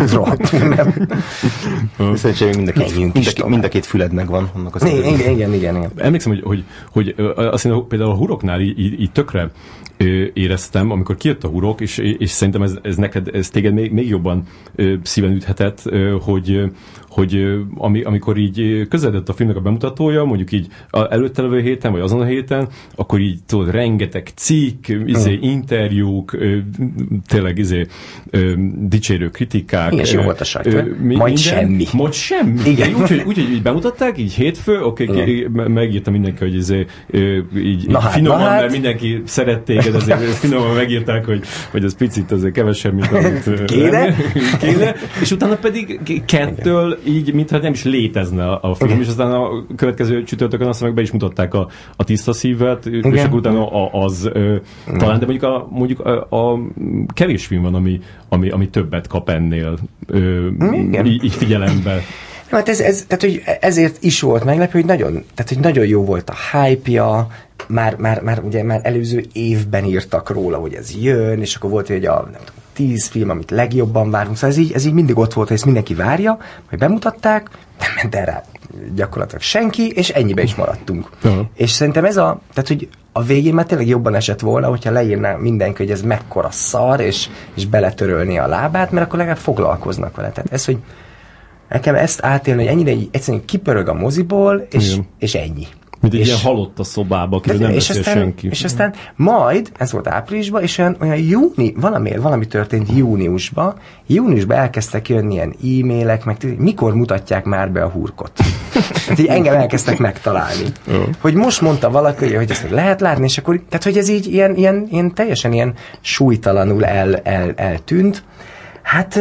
S3: Szerintem mind a két füled megvan.
S2: Igen.
S1: Emlékszem, hogy azt hiszem, például a huroknál így tökre éreztem, amikor kijött a hurok, és szerintem ez téged még jobban szíven üthetett, hogy amikor így közeledett a filmnek a bemutatója, mondjuk így előtte levő héten, vagy azon a héten, akkor így tudod, rengeteg cikk, interjúk, tényleg dicsérő kritikák.
S2: Igen, jó volt a sajtó. Majd semmi.
S1: Igen. Úgyhogy bemutatták, így hétfő, megírta mindenki, hogy így finoman, mert mindenki szeret téged, ezért finoman megírták, hogy ez picit azért kevesebb, mint amit kéne. És utána pedig kettől így, mintha nem is létezne a film, és aztán a következő csütörtökön azt meg be is mutatták a tiszta szívet, és akkor utána az talán, de mondjuk a kevés film van, ami többet kap ennél így figyelembe.
S2: Hát tehát, hogy ezért is volt meglepő, hogy nagyon jó volt a hype-ja, már előző évben írtak róla, hogy ez jön, és akkor volt, hogy a 10 film, amit legjobban várunk. Szóval ez így mindig ott volt, hogy ezt mindenki várja, hogy bemutatták, nem ment el rá gyakorlatilag senki, és ennyibe is maradtunk. És szerintem tehát, hogy a végén már tényleg jobban esett volna, hogyha leírná mindenki, hogy ez mekkora szar, és beletörölni a lábát, mert akkor legalább foglalkoznak vele. Tehát ez, hogy nekem ezt átélni, hogy ennyire egyszerűen kipörög a moziból, és ennyi.
S1: Mint egy ilyen halott a szobába, akiről nem beszél senki.
S2: És aztán majd, ez volt áprilisban, és olyan valami történt júniusban elkezdtek jönni ilyen e-mailek, meg mikor mutatják már be a hurkot. Tehát így engem elkezdtek megtalálni. Hogy most mondta valaki, hogy ezt lehet látni, és akkor, tehát hogy ez így ilyen teljesen ilyen súlytalanul eltűnt. Hát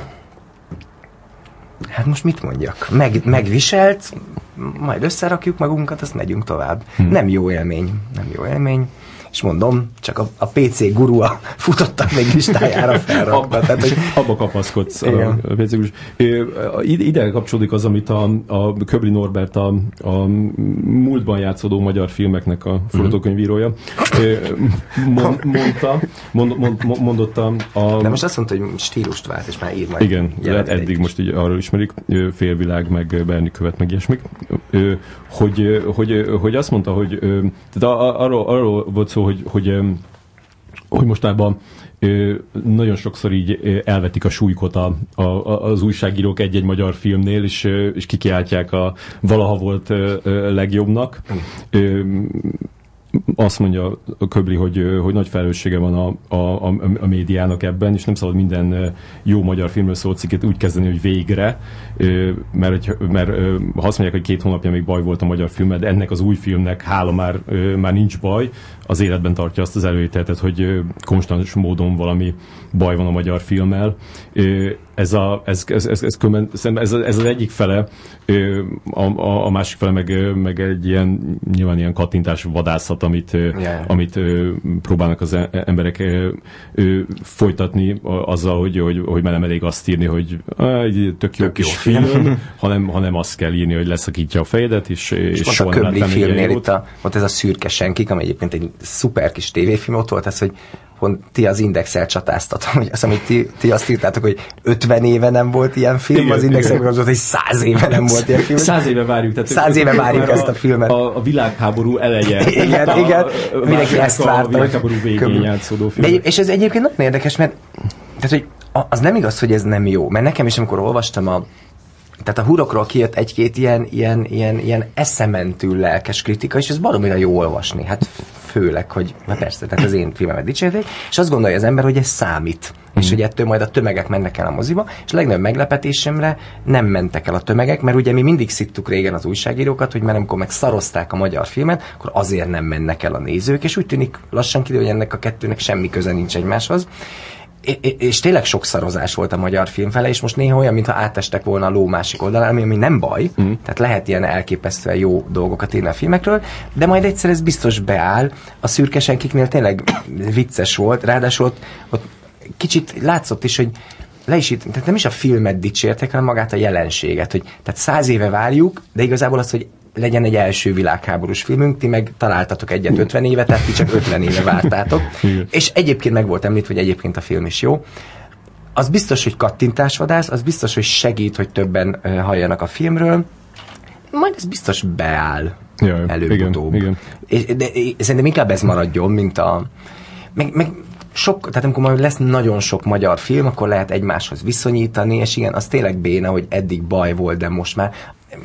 S2: most mit mondjak? Megviselt, majd összerakjuk magunkat, azt megyünk tovább. Nem jó élmény. És mondom, csak a PC gurua futottak még listájára felrakva.
S1: Abba kapaszkodsz. A PC gurus. Ide kapcsolódik az, amit a Köbli Norbert, a múltban játszódó magyar filmeknek a forgatókönyvírója mondotta.
S2: De most azt mondta, hogy stílust vált, és már ír majd.
S1: Igen, lehet eddig most így arról ismerik, Félvilág, meg Berni Követ, meg ilyesmik, hogy azt mondta, hogy tehát arról volt szó, hogy mostában nagyon sokszor így elvetik a súlykot az újságírók egy-egy magyar filmnél, és kikiáltják a valaha volt legjobbnak. Azt mondja a Köbli, hogy nagy felelőssége van a médiának ebben, és nem szabad minden jó magyar filmről szóló cikket úgy kezdeni, hogy végre, mert ha azt mondják, hogy 2 hónapja még baj volt a magyar filmmel, de ennek az új filmnek hála már nincs baj, az életben tartja azt az előítéletet, hogy konstans módon valami baj van a magyar filmmel. Ez az egyik fele, a másik fele meg egy ilyen, nyilván ilyen kattintás vadászat, amit próbálnak az emberek folytatni azzal, hogy már nem elég azt írni, hogy tök jó kis film, hanem azt kell írni, hogy leszakítja a fejedet, és
S2: soha nem láttam még filmnél ott ez a Szürke senkik, ami egyébként egy szuper kis tévéfilm, ott volt ez, hogy ti az Indexel csatáztatok, hogy azt, amit ti azt írtátok, hogy 50 éve nem volt ilyen film, igen, az Indexel az volt, hogy 100 éve nem volt ilyen film.
S1: 100 éve várjuk. Tehát
S2: 100 éve várjuk ezt a filmet.
S1: A világháború eleje.
S2: Igen. Mindenki ezt várta.
S1: A világháború végén játszódó film.
S2: És ez egyébként nagyon érdekes, mert tehát, hogy az nem igaz, hogy ez nem jó. Mert nekem is, amikor olvastam Tehát a hurokról kijött egy-két ilyen eszementű lelkes kritika, és ez baromira jó olvasni. Hát főleg, hogy persze, tehát az én filmemet dicsérték, és azt gondolja az ember, hogy ez számít. És hogy ettől majd a tömegek mennek el a moziba, és a legnagyobb meglepetésemre nem mentek el a tömegek, mert ugye mi mindig szittuk régen az újságírókat, hogy már amikor meg szarozták a magyar filmet, akkor azért nem mennek el a nézők, és úgy tűnik lassan kiderül, hogy ennek a kettőnek semmi köze nincs egymáshoz. És tényleg sok szarozás volt a magyar film fele, és most néha olyan, mintha átestek volna a ló másik oldalán, ami nem baj, tehát lehet ilyen elképesztően jó dolgokat írni a filmekről, de majd egyszer ez biztos beáll. A Szürke senkiknél tényleg vicces volt, ráadásul ott kicsit látszott is, hogy tehát nem is a filmet dicsértek, hanem magát a jelenséget, hogy tehát 100 éve várjuk, de igazából az, hogy legyen egy első világháborús filmünk, ti meg találtatok egyet 50 éve, tehát ti csak 50 éve vártátok. És egyébként meg volt említve, hogy egyébként a film is jó. Az biztos, hogy kattintásvadász, az biztos, hogy segít, hogy többen halljanak a filmről, majd ez biztos beáll előbb-utóbb. De szerintem inkább ez maradjon, mint a... tehát amikor majd lesz nagyon sok magyar film, akkor lehet egymáshoz viszonyítani, és igen, az tényleg béna, hogy eddig baj volt, de most már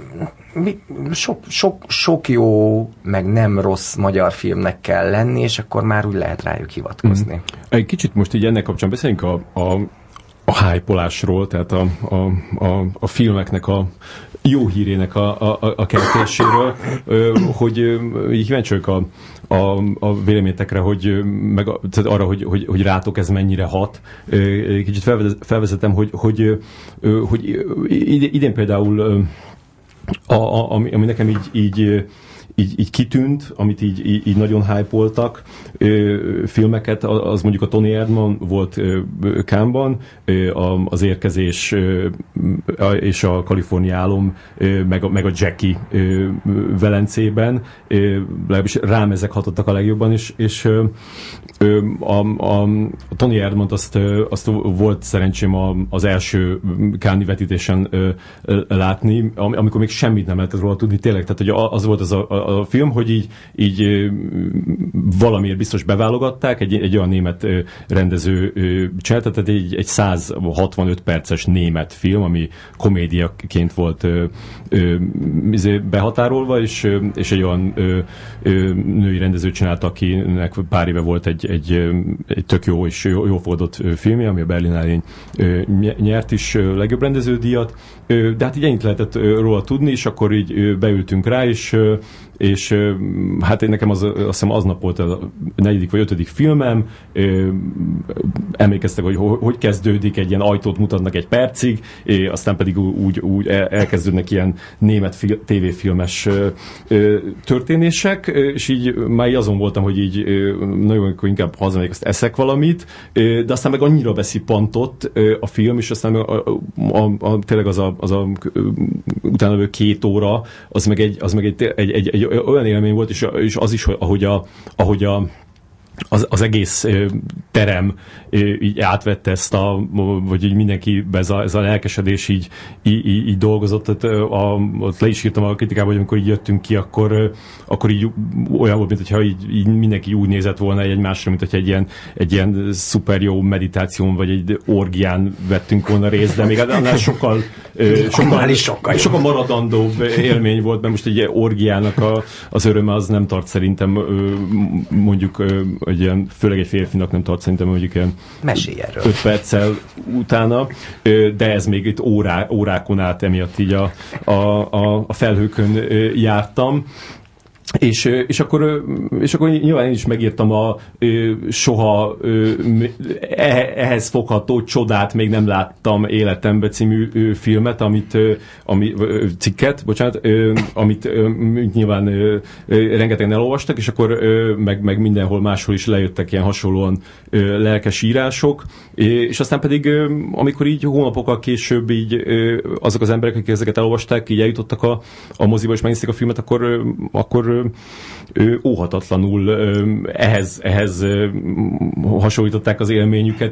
S2: sok jó, meg nem rossz magyar filmnek kell lenni, és akkor már úgy lehet rájuk hivatkozni.
S1: Egy kicsit most így ennek kapcsán beszéljünk a hype-olásról, tehát a filmeknek a jó hírének a keltéséről, hogy kíváncsi vagyok a véleményetekre, tehát arra, hogy rátok ez mennyire hat. Kicsit felvezetem, hogy idén például ami nekem így kitűnt, amit így nagyon hype-oltak filmeket, az mondjuk a Tony Erdmann volt Cannes-ban, az Érkezés és a Kaliforniai Álom, meg a Jackie Velencében, legalábbis rám ezek hatottak a legjobban, és a Tony Erdmann-t azt volt szerencsém az első Cannes-i vetítésen látni, amikor még semmit nem lehetett róla tudni, tényleg, tehát hogy az volt az a film, hogy így valamiért biztos beválogatták, egy olyan német rendező csinálta, tehát egy 165 perces német film, ami komédiaként volt behatárolva, és egy olyan női rendező csinálta, akinek pár éve volt egy tök jó és jó fogadott filmje, ami a Berlinálén nyert is legjobb rendeződíjat, de hát így ennyit lehetett róla tudni, és akkor így beültünk rá, és hát nekem azt hiszem aznap volt a 4. vagy 5. filmem, emlékeztek, hogy kezdődik, egy ilyen ajtót mutatnak egy percig, aztán pedig úgy elkezdődnek ilyen német tévéfilmes történések, és így már azon voltam, hogy így nagyon inkább hazamegyek, azt eszek valamit, de aztán meg annyira beszippantott a film, és aztán tényleg az a utána 2 óra, az meg egy olyan élmény volt, és az is, ahogy az egész terem így átvette ezt vagy így mindenki ez a lelkesedés így dolgozott, ott le is írtam a kritikában, hogy amikor így jöttünk ki, akkor így olyan volt, mintha így mindenki úgy nézett volna egymásra, mint hogyha egy ilyen szuper jó meditáción, vagy egy orgián vettünk volna részt, de még annál sokkal maradandóbb élmény volt, mert most egy orgiának az öröme az nem tart szerintem mondjuk főleg egy férfinak nem tart szerintem mondjuk 5 perccel utána, de ez még itt órákon át emiatt így a felhőkön jártam. És akkor nyilván én is megírtam a soha ehhez fogható csodát még nem láttam életembe című filmet, cikket, amit nyilván rengetegen elolvastak, és akkor meg mindenhol máshol is lejöttek ilyen hasonlóan lelkes írások, és aztán pedig amikor így hónapokkal később így azok az emberek, akik ezeket elolvasták, így eljutottak a moziba és megnézték a filmet, akkor óhatatlanul ehhez hasonlították az élményüket,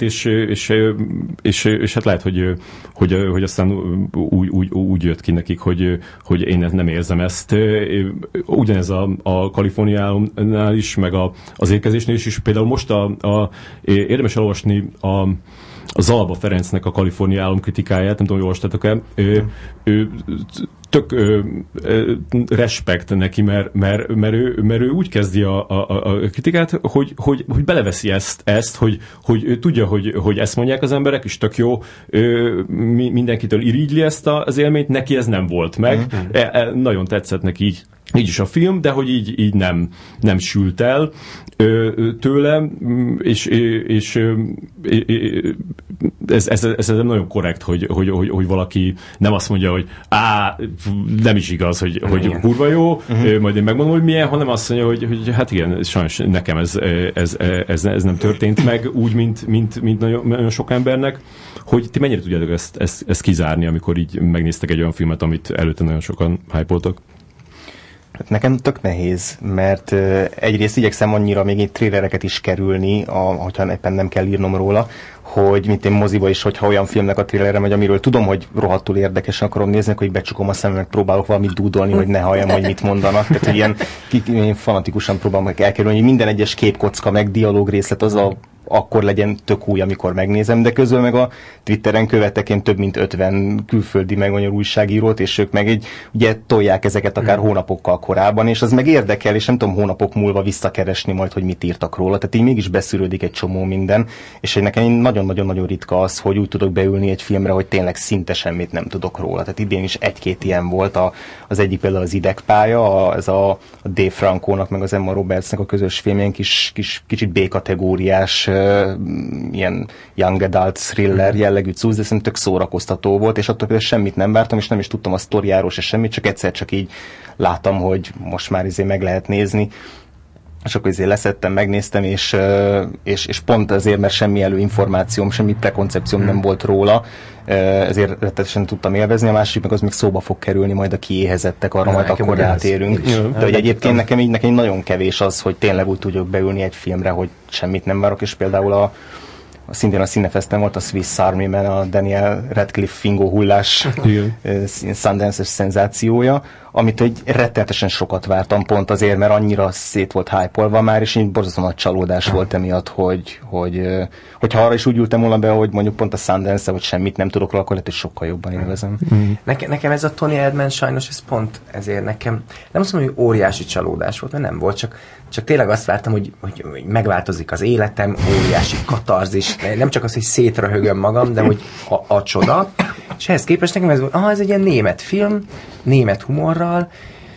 S1: és hát lehet, hogy aztán úgy jött ki nekik, hogy én nem érzem ezt. Ugyanez a Kaliforniai Álomnál is, meg az Érkezésnél is, például most érdemes elolvasni Zalba Ferencnek a Kalifornia álomkritikáját, nem tudom, hogy olvastatok-e, tök respekt neki, mert ő úgy kezdi a kritikát, hogy beleveszi ezt, hogy ő tudja, hogy ezt mondják az emberek, és tök jó, mindenkitől irigyli ezt az élményt, neki ez nem volt meg. Nagyon tetszett neki így is a film, de hogy így nem sült el tőle, és ez nagyon korrekt, hogy valaki nem azt mondja, hogy nem is igaz, hogy kurva jó, majd én megmondom, hogy milyen, hanem azt mondja, hogy hát igen, sajnos nekem ez nem történt meg úgy, mint nagyon sok embernek, hogy ti mennyire tudjátok ezt kizárni, amikor így megnéztek egy olyan filmet, amit előtte nagyon sokan hype-oltak?
S3: Nekem tök nehéz, mert egyrészt igyekszem annyira még itt trélereket is kerülni, hogyha éppen nem kell írnom róla, hogy mint én moziba is, hogyha olyan filmnek a trailerre megy, amiről tudom, hogy rohadtul érdekesen akarom nézni, hogy becsukom a szememet, próbálok valamit dúdolni, hogy ne halljam, hogy mit mondanak. Tehát, hogy ilyen fanatikusan próbálom elkerülni, hogy minden egyes képkocka meg dialóg részlet az akkor legyen tök új, amikor megnézem, de közben meg a Twitteren követek én több mint 50 külföldi meg magyar újságírót, és ők meg ugye tolják ezeket akár hónapokkal korábban, és az meg érdekel, és nem tudom hónapok múlva visszakeresni majd, hogy mit írtak róla. Tehát így mégis beszűrődik egy csomó minden, és nekem nagyon-nagyon-nagyon ritka az, hogy úgy tudok beülni egy filmre, hogy tényleg szinte semmit nem tudok róla. Tehát idén is egy-két ilyen volt, az egyik például az Idegpálya, ez a Dave Franco-nak meg az Emma Robertsnek a közös filmjén kicsit B-kategóriás ilyen young adult thriller jellegű cucc, de szerintem tök szórakoztató volt, és attól például semmit nem vártam, és nem is tudtam a sztoriáról se semmit, csak egyszer csak így láttam, hogy most már meg lehet nézni, és akkor leszettem, megnéztem, és pont azért, mert semmi előinformációm, semmi prekoncepcióm nem volt róla, ezért rettenetesen tudtam élvezni, a másik meg az még szóba fog kerülni, majd a kiéhezettek, arra majd akkor rátérünk. De hogy egyébként nekem nagyon kevés az, hogy tényleg úgy tudjuk beülni egy filmre, hogy semmit nem várok, és például szintén a Cinefesten volt a Swiss Army Man, a Daniel Radcliffe fingó hullás Sundance-es szenzációja, amit egy rettenetesen sokat vártam pont azért, mert annyira szét volt hype-olva már, és így borzasztó nagy csalódás volt emiatt, hogyha arra is úgy ültem volna be, hogy mondjuk pont a Sundance-e, hogy semmit nem tudok róla, akkor lehet, hogy sokkal jobban élvezem.
S2: Nekem ez a Tony Erdmann sajnos, ez pont ezért nekem, nem azt mondom, hogy óriási csalódás volt, mert nem volt, csak tényleg azt vártam, hogy megváltozik az életem, óriási katarzis, nem csak az, hogy szétröhögöm magam, de hogy a csoda. És ehhez képest nekem ez volt, ez egy ilyen német film, német humorral.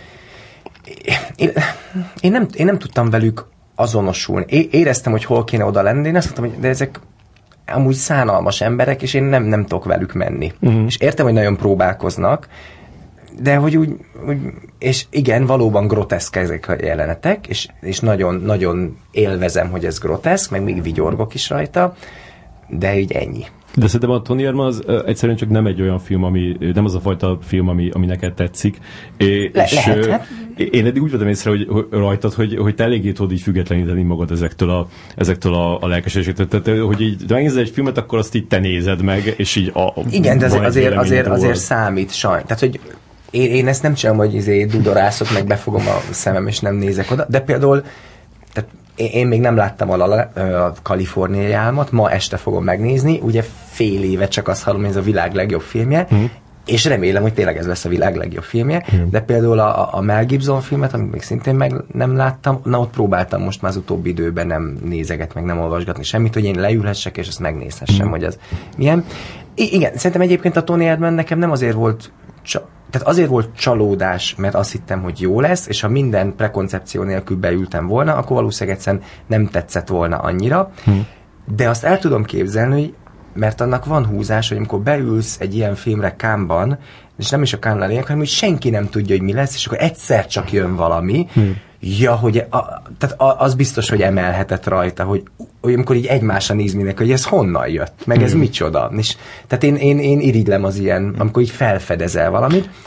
S2: Én nem tudtam velük azonosulni. Éreztem, hogy hol kéne oda lenni, én azt mondtam, hogy de ezek amúgy szánalmas emberek, és én nem tudok velük menni. És értem, hogy nagyon próbálkoznak, de hogy úgy és igen, valóban groteszk ezek a jelenetek, és nagyon élvezem, hogy ez groteszk, meg még vigyorgok is rajta, de így ennyi.
S1: De szerintem a Tony Erdmann az egyszerűen csak nem egy olyan film, nem az a fajta film, ami neked tetszik.
S2: Lehet.
S1: Én eddig úgy vettem észre, hogy rajtad, hogy te eléggé tudod így függetleníteni magad ezektől a lelkesedésektől. Tehát, hogy így megnézed egy filmet, akkor azt így te nézed meg, és így
S2: igen, de azért számít sajnos. Tehát, hogy én ezt nem csinálom, hogy dudorászok, meg befogom a szemem, és nem nézek oda, de például én még nem láttam a Kaliforniai álmat, ma este fogom megnézni, ugye fél éve csak azt hallom, hogy ez a világ legjobb filmje, és remélem, hogy tényleg ez lesz a világ legjobb filmje, de például a Mel Gibson filmet, amit még szintén meg nem láttam, ott próbáltam most már az utóbbi időben nem nézegetni, meg nem olvasgatni semmit, hogy én leülhessek, és ezt megnézhessem, hogy az milyen. Igen, szerintem egyébként a Tony Erdmann nekem nem azért volt tehát azért volt csalódás, mert azt hittem, hogy jó lesz, és ha minden prekoncepció nélkül beültem volna, akkor valószínűleg egyszerűen nem tetszett volna annyira. De azt el tudom képzelni, hogy mert annak van húzás, hogy amikor beülsz egy ilyen filmre Cannes-ban, és nem is a Cannes-nál lényeg, hanem hogy senki nem tudja, hogy mi lesz, és akkor egyszer csak jön valami, ja, hogy tehát az biztos, hogy emelhetett rajta, hogy amikor így egymásra néz mindenki, hogy ez honnan jött, meg ez micsoda. És, tehát én irigylem az ilyen, amikor így felfedezel valamit.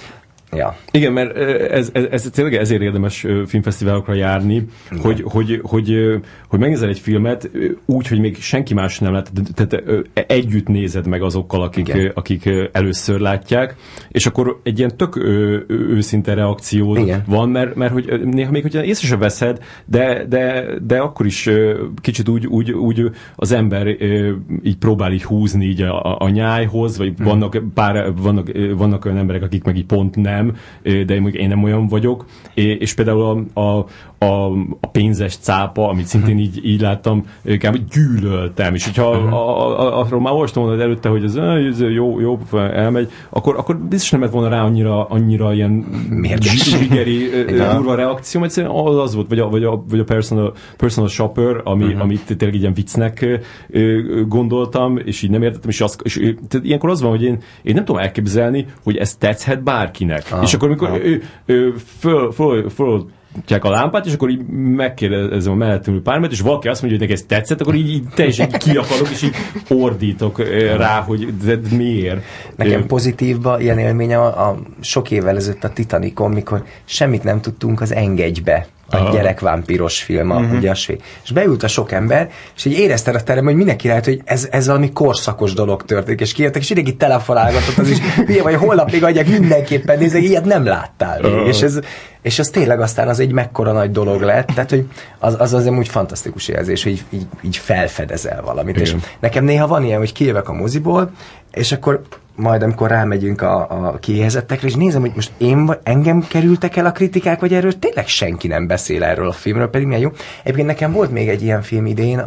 S2: Ja.
S1: Igen, mert ez tényleg ezért érdemes filmfesztiválokra járni, hogy megnézel egy filmet úgy, hogy még senki más nem lát, tehát együtt nézed meg azokkal, akik először látják, és akkor egy ilyen tök őszinte reakciód van, mert hogy néha még hogyha észre sem veszed, de akkor is kicsit úgy az ember így próbál így húzni így a nyájhoz, vagy vannak olyan emberek, akik meg így pont nem, de én nem olyan vagyok, és például a pénzes cápa, amit szintén így láttam, kb. Gyűlöltem, és hogyha arról már olvastam volna előtte, hogy ez jó elmegy, akkor biztos nem lett volna rá annyira ilyen zsigeri durva reakció, mert egyszerűen az volt, vagy a personal shopper, amit tényleg ilyen viccnek gondoltam, és így nem értettem, és ilyenkor az van, hogy én nem tudom elképzelni, hogy ez tetszhet bárkinek. És akkor, amikor föloltják a lámpát, és akkor így megkérdezem a mellettünk pármát, és valaki azt mondja, hogy neki ez tetszett, akkor így teljesen kiakadok, és így ordítok rá, hogy de miért.
S2: Nekem pozitívban ilyen élménye a sok évvel ezelőtt a Titanicon, mikor semmit nem tudtunk az Engedjbe. A gyerekvámpiros film, ugye a svéd. És beült a sok ember, és így érezted a teremben, hogy mindenki lehet, hogy ez valami korszakos dolog történik, és kijöttek, és mindenki telefonálgatott, az is hülye, vagy holnap még adják mindenképpen nézni, ilyet nem láttál még. És az tényleg aztán az egy mekkora nagy dolog lett, tehát hogy az azért úgy fantasztikus érzés, hogy így felfedezel valamit. Igen. És nekem néha van ilyen, hogy kijövök a moziból, és akkor majd amikor rámegyünk a kiéhezettekre, és nézem, hogy most engem kerültek el a kritikák, vagy erről tényleg senki nem beszél erről a filmről, pedig milyen jó. Egyébként nekem volt még egy ilyen film idén,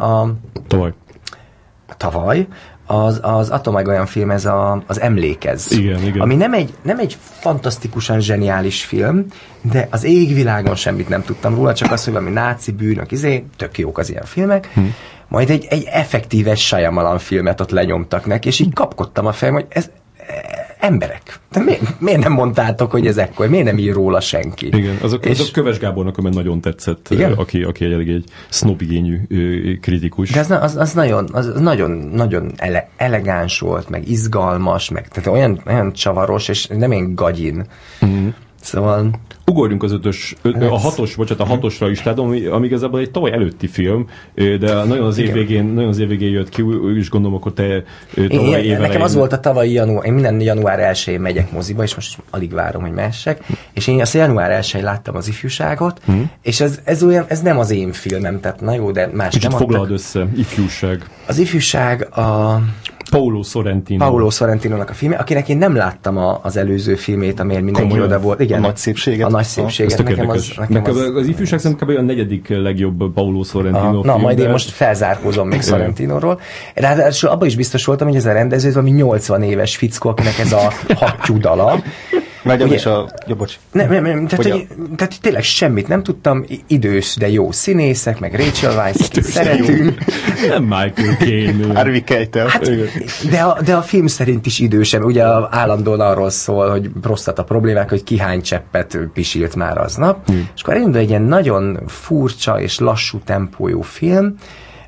S2: tavaly, az Atomag olyan film, ez az Emlékezz.
S1: Igen.
S2: Ami nem egy fantasztikusan zseniális film, de az égvilágon semmit nem tudtam róla, csak az, hogy valami náci bűnök, tök jók az ilyen filmek. Majd egy effektíves Shyamalan filmet ott lenyomtak neki, és így kapkodtam a fejem, hogy ez emberek. De miért nem mondtátok, hogy ez ekkor? Miért nem ír róla senki?
S1: Igen, azok Köves Gábornak amely nagyon tetszett, aki egy sznobigényű kritikus.
S2: De az nagyon elegáns volt, meg izgalmas, meg tehát olyan csavaros, és nem ilyen gagyin. Szóval...
S1: Ugorjunk az a hatosra is, tehát ami igazából egy tavaly előtti film, de nagyon az év végén jött ki, és gondolom, akkor te tavaly évelején...
S2: Nekem az volt a tavalyi január, én minden január 1-én megyek moziba, és most alig várom, hogy mehessek, és én azt január 1-én láttam az Ifjúságot, és ez nem az én filmem, tehát na jó, de más
S1: kicsit nem foglald össze, Ifjúság.
S2: Az Ifjúság a...
S1: Paolo
S2: Sorrentinónak a filmje, akinek én nem láttam az előző filmét, amiért mindenki oda volt. Igen,
S3: a Nagy szépséget.
S2: A Nagy szépséget.
S1: Nekem az Ifjúság szerintem kb. A 4. legjobb Paolo Sorrentino film.
S2: Majd én most felzárkózom még Sorrentinóról. Ráadásul abban is biztos voltam, hogy ez a rendező, valami 80 éves fickó, akinek ez a hattyú dala.
S3: Bocs.
S2: Nem, tehát tényleg semmit nem tudtam, idős, de jó színészek, meg Rachel Weisz, akit szeretünk.
S1: Nem Michael Caine.
S3: Harvey Keitel.
S2: Hát, de a film szerint is idősem, ugye állandóan arról szól, hogy prostata problémák, hogy ki hány cseppet pisilt már aznap, és akkor elindul egy ilyen nagyon furcsa és lassú tempójú film,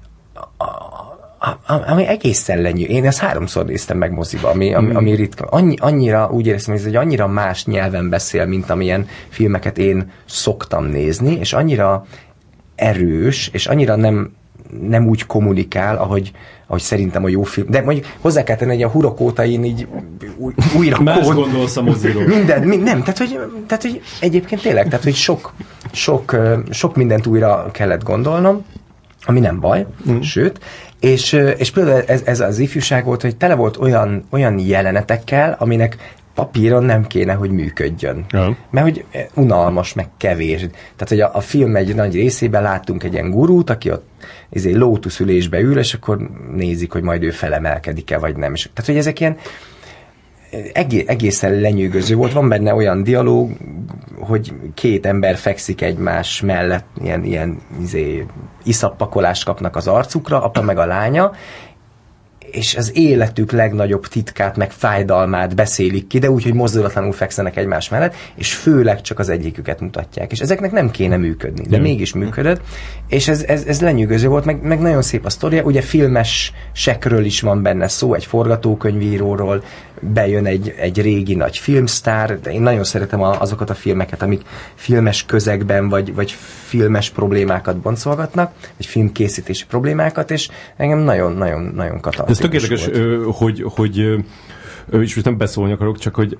S2: ami egészen lenyű. Én ezt 3-szor néztem meg moziba, ami ritka. Annyira úgy éreztem, hogy ez egy annyira más nyelven beszél, mint amilyen filmeket én szoktam nézni, és annyira erős, és annyira nem úgy kommunikál, ahogy szerintem a jó film. De mondjuk hozzá kell tenni, hogy a Hurok óta én így újra
S1: más gondolsz a moziról.
S2: Nem, tehát, hogy egyébként tényleg, tehát, hogy sok mindent újra kellett gondolnom, ami nem baj, sőt, és például ez az Ifjúság volt, hogy tele volt olyan jelenetekkel, aminek papíron nem kéne, hogy működjön. Mert hogy unalmas, meg kevés. Tehát, hogy a film egy nagy részében láttunk egy ilyen gurút, aki ott lótuszülésbe ül, és akkor nézik, hogy majd ő felemelkedik-e, vagy nem. Tehát, hogy ezek ilyen egészen lenyűgöző volt. Van benne olyan dialóg, hogy 2 ember fekszik egymás mellett, ilyen iszappakolást kapnak az arcukra, apa meg a lánya, és az életük legnagyobb titkát, meg fájdalmát beszélik ki, de úgy, hogy mozdulatlanul fekszenek egymás mellett, és főleg csak az egyiküket mutatják. És ezeknek nem kéne működni, de mégis működött, és ez lenyűgöző volt, meg nagyon szép a sztoria. Ugye filmesekről is van benne szó, egy forgatókönyvíróról, bejön egy régi nagy filmsztár, de én nagyon szeretem azokat a filmeket, amik filmes közegben, vagy filmes problémákat boncolgatnak, vagy filmkészítési problémákat, és engem nagyon katalatikus.
S1: Ez tök érdekes, hogy és most nem beszólni akarok, csak hogy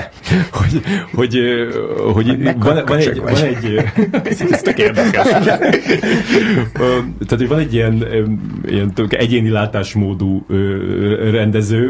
S1: van egy ez tök érdekes. Tehát, hogy van egy ilyen egyéni látásmódú rendező,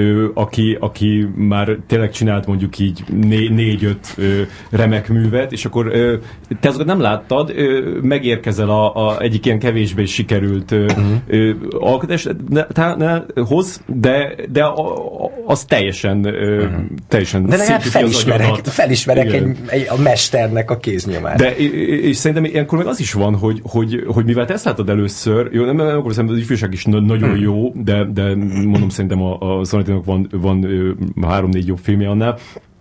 S1: aki már tényleg csinált mondjuk így 4-5 remek művet, és akkor te azokat nem láttad, megérkezel egyik ilyen kevésbé sikerült alkotás hoz, de az teljesen
S2: de legalább felismerek a mesternek a kéznyomát.
S1: De és szerintem ilyenkor meg az is van, hogy mivel te ezt láttad először, jó, nem akkor szerintem az ifjúság is nagyon jó, de mondom, szerintem a Sorrentinog van 3-4 jobb filmje annál,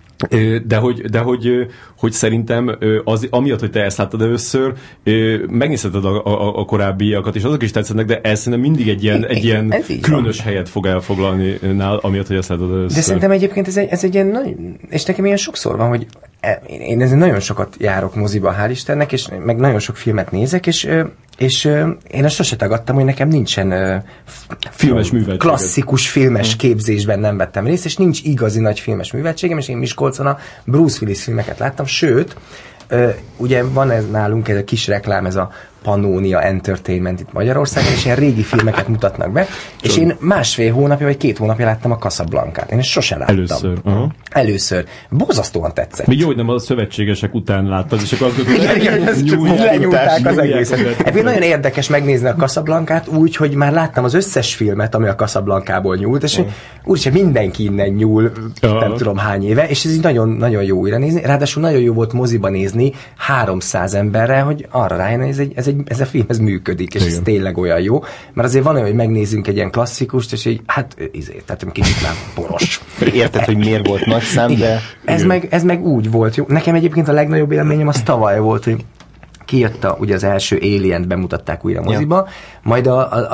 S1: de hogy szerintem amiatt, hogy te ezt láttad először, megnézheted a korábbiakat, és azok is tetszenek, de ez szerintem mindig egy ilyen különös helyet fog elfoglalni nál, amiatt, hogy ezt láttad először.
S2: De szerintem egyébként ez egy ilyen nagyon, és nekem ilyen sokszor van, hogy én ezért nagyon sokat járok moziba, hál' Istennek, és meg nagyon sok filmet nézek, és én azt sose tagadtam, hogy nekem nincsen
S1: filmes műveltséged.
S2: Klasszikus filmes képzésben nem vettem részt, és nincs igazi nagy filmes műveltségem, és én Miskolcon a Bruce Willis filmeket láttam, sőt, ugye van ez nálunk ez a kis reklám, ez a Pannonia Entertainment itt Magyarországon, és ilyen régi filmeket mutatnak be, és én 1,5 hónapja vagy 2 hónapja láttam a Casablancát. Én ezt sosem láttam.
S1: Először.
S2: Először. Borzasztóan tetszett.
S1: Még jó, hogy nem a szövetségesek után láttad, és akkor
S2: lenyúlták az egészet. Ebből nagyon érdekes megnézni a Casablancát úgy, hogy már láttam az összes filmet, ami a Casablancából nyúlt, és úgyhogy mindenki innen nyúl, nem tudom hány éve, és ez így nagyon jó újra nézni. Ráadásul nagyon jó volt moziba nézni 300 emberre, hogy arra rájönni, hogy ez a film működik, és igen. Ez tényleg olyan jó, mert azért van olyan, hogy megnézzünk egy ilyen klasszikust, és így, tehát kicsit már poros.
S3: Érted, hogy miért volt nagy szám, de...
S2: Ez meg úgy volt jó. Nekem egyébként a legnagyobb élményem az tavaly volt, hogy kijött ugye az első Alien-t bemutatták újra moziba, majd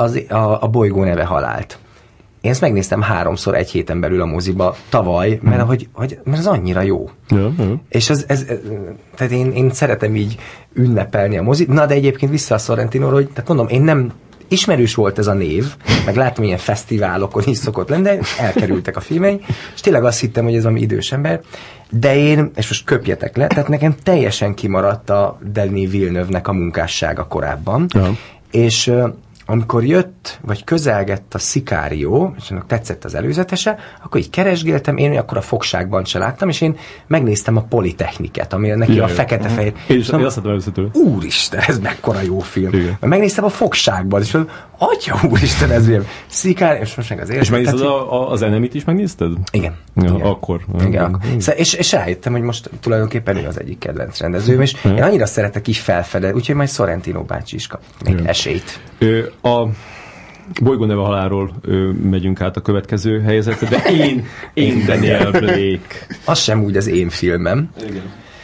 S2: a bolygó neve halált. Én ezt megnéztem 3-szor egy héten belül a moziba tavaly, mert mert ez annyira jó.
S1: Ja.
S2: És tehát én szeretem így ünnepelni a mozit. Na, de egyébként vissza a Sorrentinóra, hogy tehát mondom, én nem ismerős volt ez a név, meg látom, ilyen fesztiválokon is szokott lenni, de elkerültek a filmei, és tényleg azt hittem, hogy ez valami idős ember, de én, és most köpjetek le, tehát nekem teljesen kimaradt a Denis Villeneuve-nek a munkássága korábban, és amikor jött, vagy közelgett a Sicario, és annak tetszett az előzetese, akkor így keresgéltem, én akkor a Fogságban se láttam, és én megnéztem a Politechniket, ami neki a fekete-fehér.
S1: Én azt adtam először tőle.
S2: Úristen, ez mekkora jó film. Igen. Megnéztem a Fogságban, és atya úristen, ez ilyen Sicario, és most meg az élet.
S1: És megnézted az Enemit is, megnézted?
S2: Igen.
S1: Ja,
S2: igen.
S1: Akkor.
S2: Igen. És rájöttem, hogy most tulajdonképpen ő az egyik kedvenc rendezőm, és én annyira szeretek is felfedezni, úgyhogy majd Sorrentino bácsi is kap még esélyt.
S1: A bolygó neve halálról megyünk át a következő helyezetre, de én Daniel Blake.
S2: Az sem úgy az én filmem.
S1: Igen.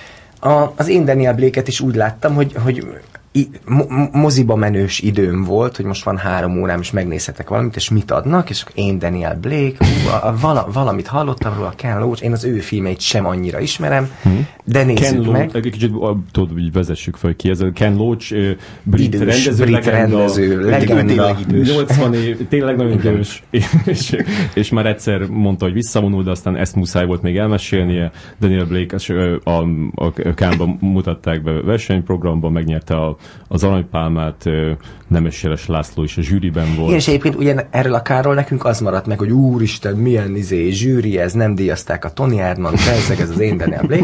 S2: Az én Daniel Blake-et is úgy láttam, hogy moziba menős időm volt, hogy most van 3 órám, és megnézhetek valamit, és mit adnak, és én Daniel Blake, valamit hallottam róla, Ken Loach, én az ő filmeit sem annyira ismerem, de nézzük meg.
S1: Egy kicsit tudod, hogy vezessük fel ki, ez a Ken Loach, brit
S2: rendező, legenda.
S1: 80 év, tényleg nagyon idős, és már egyszer mondta, hogy visszavonul, de aztán ezt muszáj volt még elmesélnie. Daniel Blake a Cannes-ban mutatták be versenyprogramban, megnyerte az Aranypálmát, Nemes László is a zsűriben volt.
S2: Igen, és egyébként ugye erről a Kárról nekünk az maradt meg, hogy úristen, milyen zsűri ez, nem díjazták a Tony Erdmann, ez az én Daniel Blake.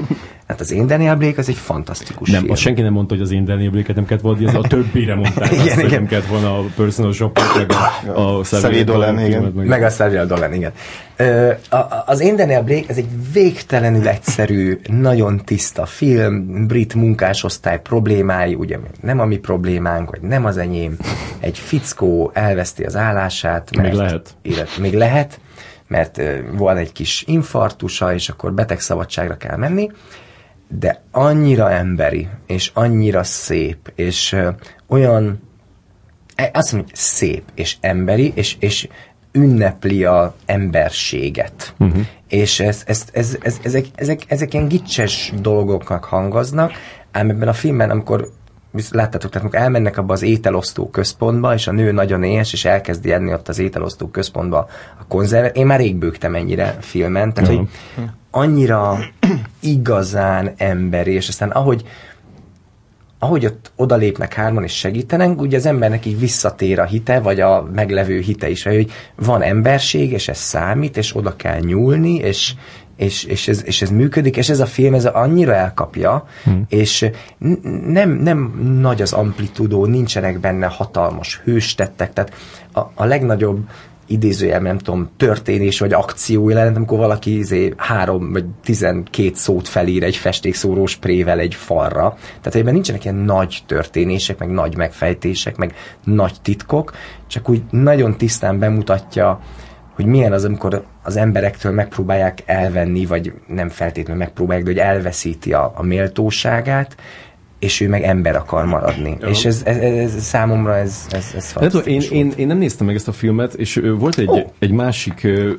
S2: Hát az Én Daniel Blake az egy fantasztikus
S1: nem,
S2: film.
S1: azt senki nem mondta, hogy az Én Daniel Blake-et nem kellett volna, ez a többire mondták azt, hogy nem kellett volna a Personal Shopper, meg a
S3: Xavier Dolan, igen.
S2: Meg a Xavier Dolan, igen. Az Én Daniel Blake, ez egy végtelenül egyszerű, nagyon tiszta film, brit munkásosztály problémái, ugye nem a mi problémánk, vagy nem az enyém. Egy fickó elveszti az állását. Még lehet, mert van egy kis infarktusa, és akkor betegszabadságra kell menni, de annyira emberi, és annyira szép, és olyan, azt mondom, hogy szép, és emberi, és ünnepli a emberséget. És ezek ilyen gicses dolgoknak hangoznak, ám ebben a filmben, amikor láttátok, tehát amikor elmennek abba az ételosztó központba, és a nő nagyon éhes, és elkezdi enni ott az ételosztó központba a konzervet. Én már rég bőgtem ennyire filmen, tehát hogy annyira igazán emberi, és aztán ahogy ott odalépnek hárman és segítenek, ugye az embernek így visszatér a hite, vagy a meglevő hite is, hogy van emberség, és ez számít, és oda kell nyúlni, és ez működik, és ez a film ez annyira elkapja, és nem nagy az amplitudó, nincsenek benne hatalmas hőstettek, tehát a legnagyobb idézőjelben, nem tudom, történés vagy akció jelent, amikor valaki 3 vagy 12 szót felír egy festékszóró sprével egy falra. Tehát ebben nincsenek ilyen nagy történések, meg nagy megfejtések, meg nagy titkok, csak úgy nagyon tisztán bemutatja, hogy milyen az, amikor az emberektől megpróbálják elvenni, vagy nem feltétlenül megpróbálják, de hogy elveszíti a méltóságát, és ő meg ember akar maradni. Jó. És ez számomra ez fantasztikus.
S1: Én nem néztem meg ezt a filmet, és volt egy másik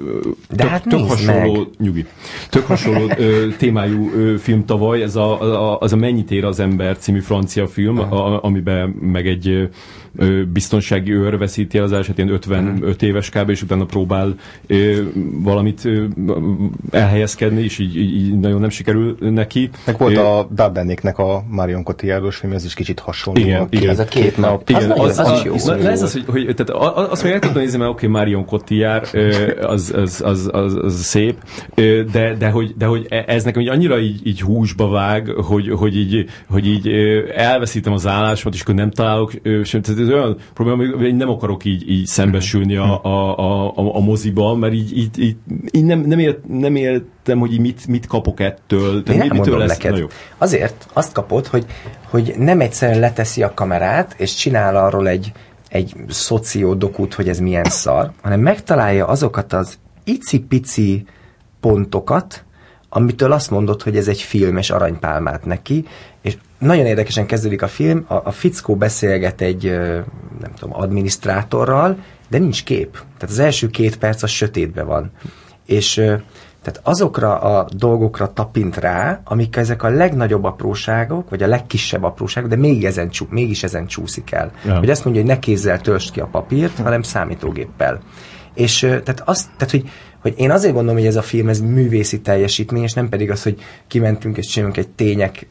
S1: tök hasonló témájú film tavaly, ez a Mennyit ér az ember című francia film, amiben meg egy biztonsági őr veszíti el az elsőt, ilyen 55 éves kb. És utána próbál valamit elhelyezkedni, és így nagyon nem sikerül neki.
S3: Meg volt a Dardennéknek a Marion Cotillardos film, ez is kicsit hasonló.
S1: Igen.
S2: Ez a 2 nap.
S1: Igen,
S2: az jó.
S1: Ez az, hogy tehát azt még el tudom nézni, mert oké, Marion Cotillard, az szép, de hogy ez nekem annyira így húsba vág, hogy így elveszítem az állásomat, és akkor nem találok sem. Ez olyan probléma, hogy nem akarok így szembesülni a moziban, mert így nem értem, hogy mit kapok ettől.
S2: Én elmondom neked. Azért azt kapod, hogy nem egyszerűen leteszi a kamerát, és csinál arról egy szociodokút, hogy ez milyen szar, hanem megtalálja azokat az icipici pontokat, amitől azt mondod, hogy ez egy film, és aranypálmát neki, és nagyon érdekesen kezdődik a film, a fickó beszélget egy, nem tudom, adminisztrátorral, de nincs kép. Tehát az első 2 perc az sötétben van. És tehát azokra a dolgokra tapint rá, amik ezek a legnagyobb apróságok, vagy a legkisebb apróságok, de mégis ezen csúszik el. Ja. Hogy azt mondja, hogy ne kézzel töltsd ki a papírt, hanem számítógéppel. És tehát hogy én azért gondolom, hogy ez a film, ez művészi teljesítmény, és nem pedig az, hogy kimentünk és csinálunk egy tények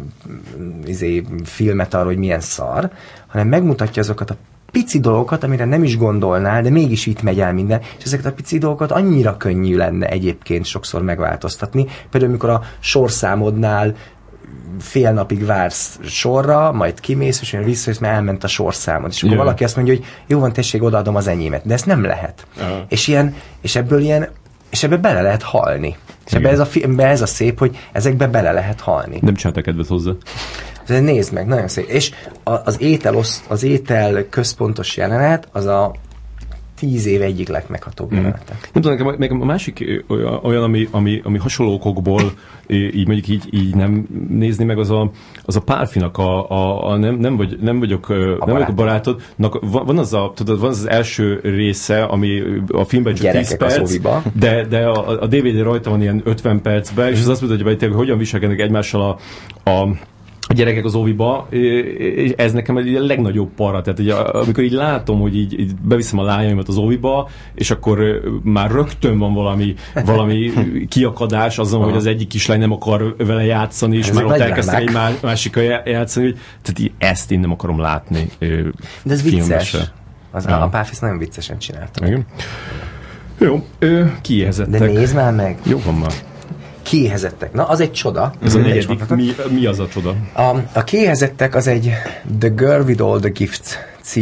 S2: filmet arról, hogy milyen szar, hanem megmutatja azokat a pici dolgokat, amire nem is gondolnál, de mégis itt megy el minden, és ezeket a pici dolgokat annyira könnyű lenne egyébként sokszor megváltoztatni. Például, amikor a sorszámodnál fél napig vársz sorra, majd kimész, és visszajössz, mert elment a sorszámod. És akkor valaki azt mondja, hogy jó van, tessék, odaadom az enyémet. De ezt nem lehet. És ebből bele lehet halni. És ebbe ez a szép, hogy ezekbe bele lehet halni.
S1: Nem csináltak kedvet hozzá.
S2: Nézd meg, nagyon szép. És az étel központos jelenet, az a 10 év egyik legmeghatóbb jelenete.
S1: Nem tudom, nekem a másik olyan, ami hasonló okokból így mondjuk így nem nézni meg, az a Pálfinak nem vagyok a barátodnak, van az első része, ami a filmben csak 10 perc, de a DVD rajta van ilyen 50 percben, és az azt mutatja, hogy hogyan viselkednek egymással a gyerekek az óviba, és ez nekem a legnagyobb para. Tehát, amikor így látom, hogy így beviszem a lányaimat az óviba, és akkor már rögtön van valami kiakadás azon, hogy az egyik kislány nem akar vele játszani, és ez már ott elkezdte egy másikkal játszani. Tehát ezt én nem akarom látni.
S2: De ez vicces. A Pálfi nagyon viccesen csinálta.
S1: Igen. Jó, kiéhezettek.
S2: De nézd már meg.
S1: Jó van már.
S2: Kéhezettek. Na, az egy csoda.
S1: Ez a negyedik. Mi az a csoda?
S2: A Kéhezettek az egy The Girl with All the Gifts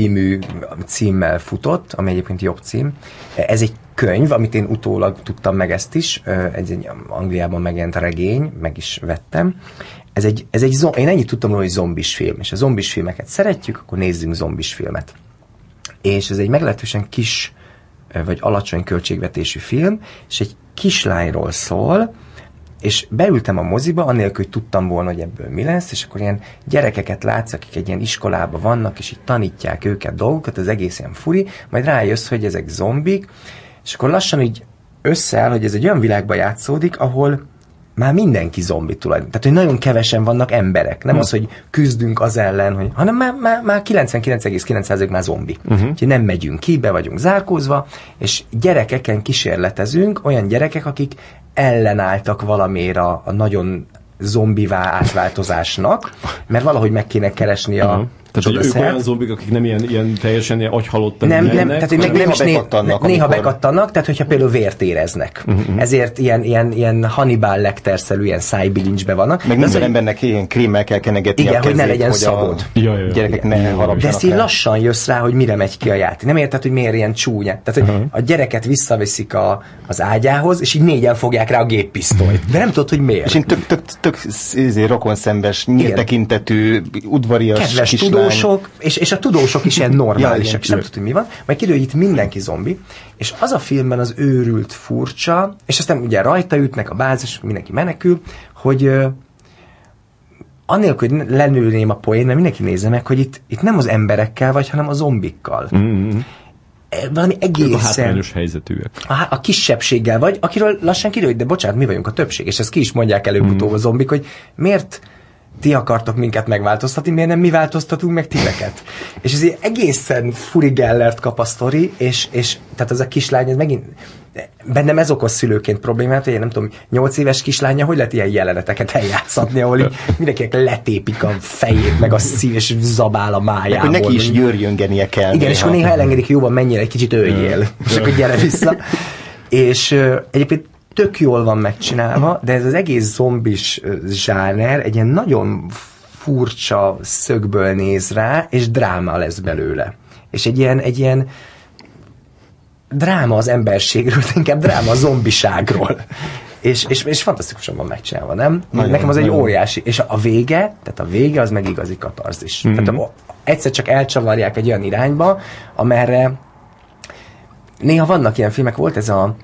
S2: címmel futott, ami egyébként jobb cím. Ez egy könyv, amit én utólag tudtam meg ezt is. Ez egy Angliában megjelent regény, meg is vettem. Én ennyit tudtam róla, hogy zombis film. És a zombis filmeket szeretjük, akkor nézzünk zombis filmet. És ez egy meglehetősen kis, vagy alacsony költségvetésű film, és egy kislányról szól, és beültem a moziba, anélkül, hogy tudtam volna, hogy ebből mi lesz, és akkor ilyen gyerekeket látsz, akik egy ilyen iskolában vannak, és így tanítják őket dolgokat, az egész ilyen furi, majd rájössz, hogy ezek zombik, és akkor lassan így összeáll, hogy ez egy olyan világban játszódik, ahol már mindenki zombi tulajdonképpen. Tehát, hogy nagyon kevesen vannak emberek. Nem az, hogy küzdünk az ellen, hanem már 99,9% már zombi. Úgyhogy nem megyünk ki, be vagyunk zárkózva, és gyerekeken kísérletezünk, olyan gyerekek, akik ellenálltak valamire a nagyon zombivá átváltozásnak, mert valahogy meg kéne keresni a
S1: tehát, hogy ők olyan zombik, akik nem ilyen teljesen agyhalottak
S2: nem, tehát, hogy nem is néha bekattannak, tehát hogyha például vért éreznek. Ezért ilyen Hannibal Lecter-szerű ilyen szájbilincsbe vannak.
S3: Meg minden embernek ilyen krémmel kell kenegetni
S2: a kezét, hogy ne legyen szabad.
S3: Gyerekek ne harapjanak.
S2: De ezt így lassan jössz rá, hogy mire megy ki a játék. Nem érted, hogy miért ilyen csúnya. Tehát, hogy a gyereket visszaviszik az ágyához, és így négyen fogják rá a géppisztolyt. De nem tudod, hogy miért.
S3: És én tök rokonszembes, nyíltekintetű, udvarias
S2: kedves
S3: kislány.
S2: És a tudósok is ilyen normálisak, és nem tudod, hogy mi van. Majd kiderül, hogy itt mindenki zombi, és az a filmben az őrült furcsa, és aztán ugye rajta ütnek a bázis, mindenki menekül, hogy annélkül, hogy lenőném a poén, mert mindenki nézze meg, hogy itt nem az emberekkel vagy, hanem a zombikkal. Valami egészen...
S1: A hátrányos helyzetűek.
S2: A kisebbséggel vagy, akiről lassan kiderül, de bocsánat, mi vagyunk a többség, és ezt ki is mondják előbb-utóbb a zombik, hogy miért ti akartok minket megváltoztatni, miért nem mi változtatunk meg titeket? És ez egészen furi Gellert kap a sztori, és tehát az a kislány, ez megint bennem ez okoz szülőként problémát, hogy én nem tudom, 8 éves kislánya, hogy lehet ilyen jeleneteket eljátszatni, ahol így mindenkinek letépik a fejét, meg a szív, és zabál a májából.
S3: Hogy neki is győrjöngenie kell.
S2: Igen, és akkor néha elengedik, jóban menjél, egy kicsit öljél, és akkor gyere vissza. És egyébként tök jól van megcsinálva, de ez az egész zombis zsáner egy ilyen nagyon furcsa szögből néz rá, és dráma lesz belőle. És egy ilyen dráma az emberségről, inkább dráma a zombiságról. És fantasztikusan van megcsinálva, nem? Nagyon, nekem az egy óriási. És a vége az meg igazi katarzis. Tehát egyszer csak elcsavarják egy olyan irányba, amerre néha vannak ilyen filmek, volt ez a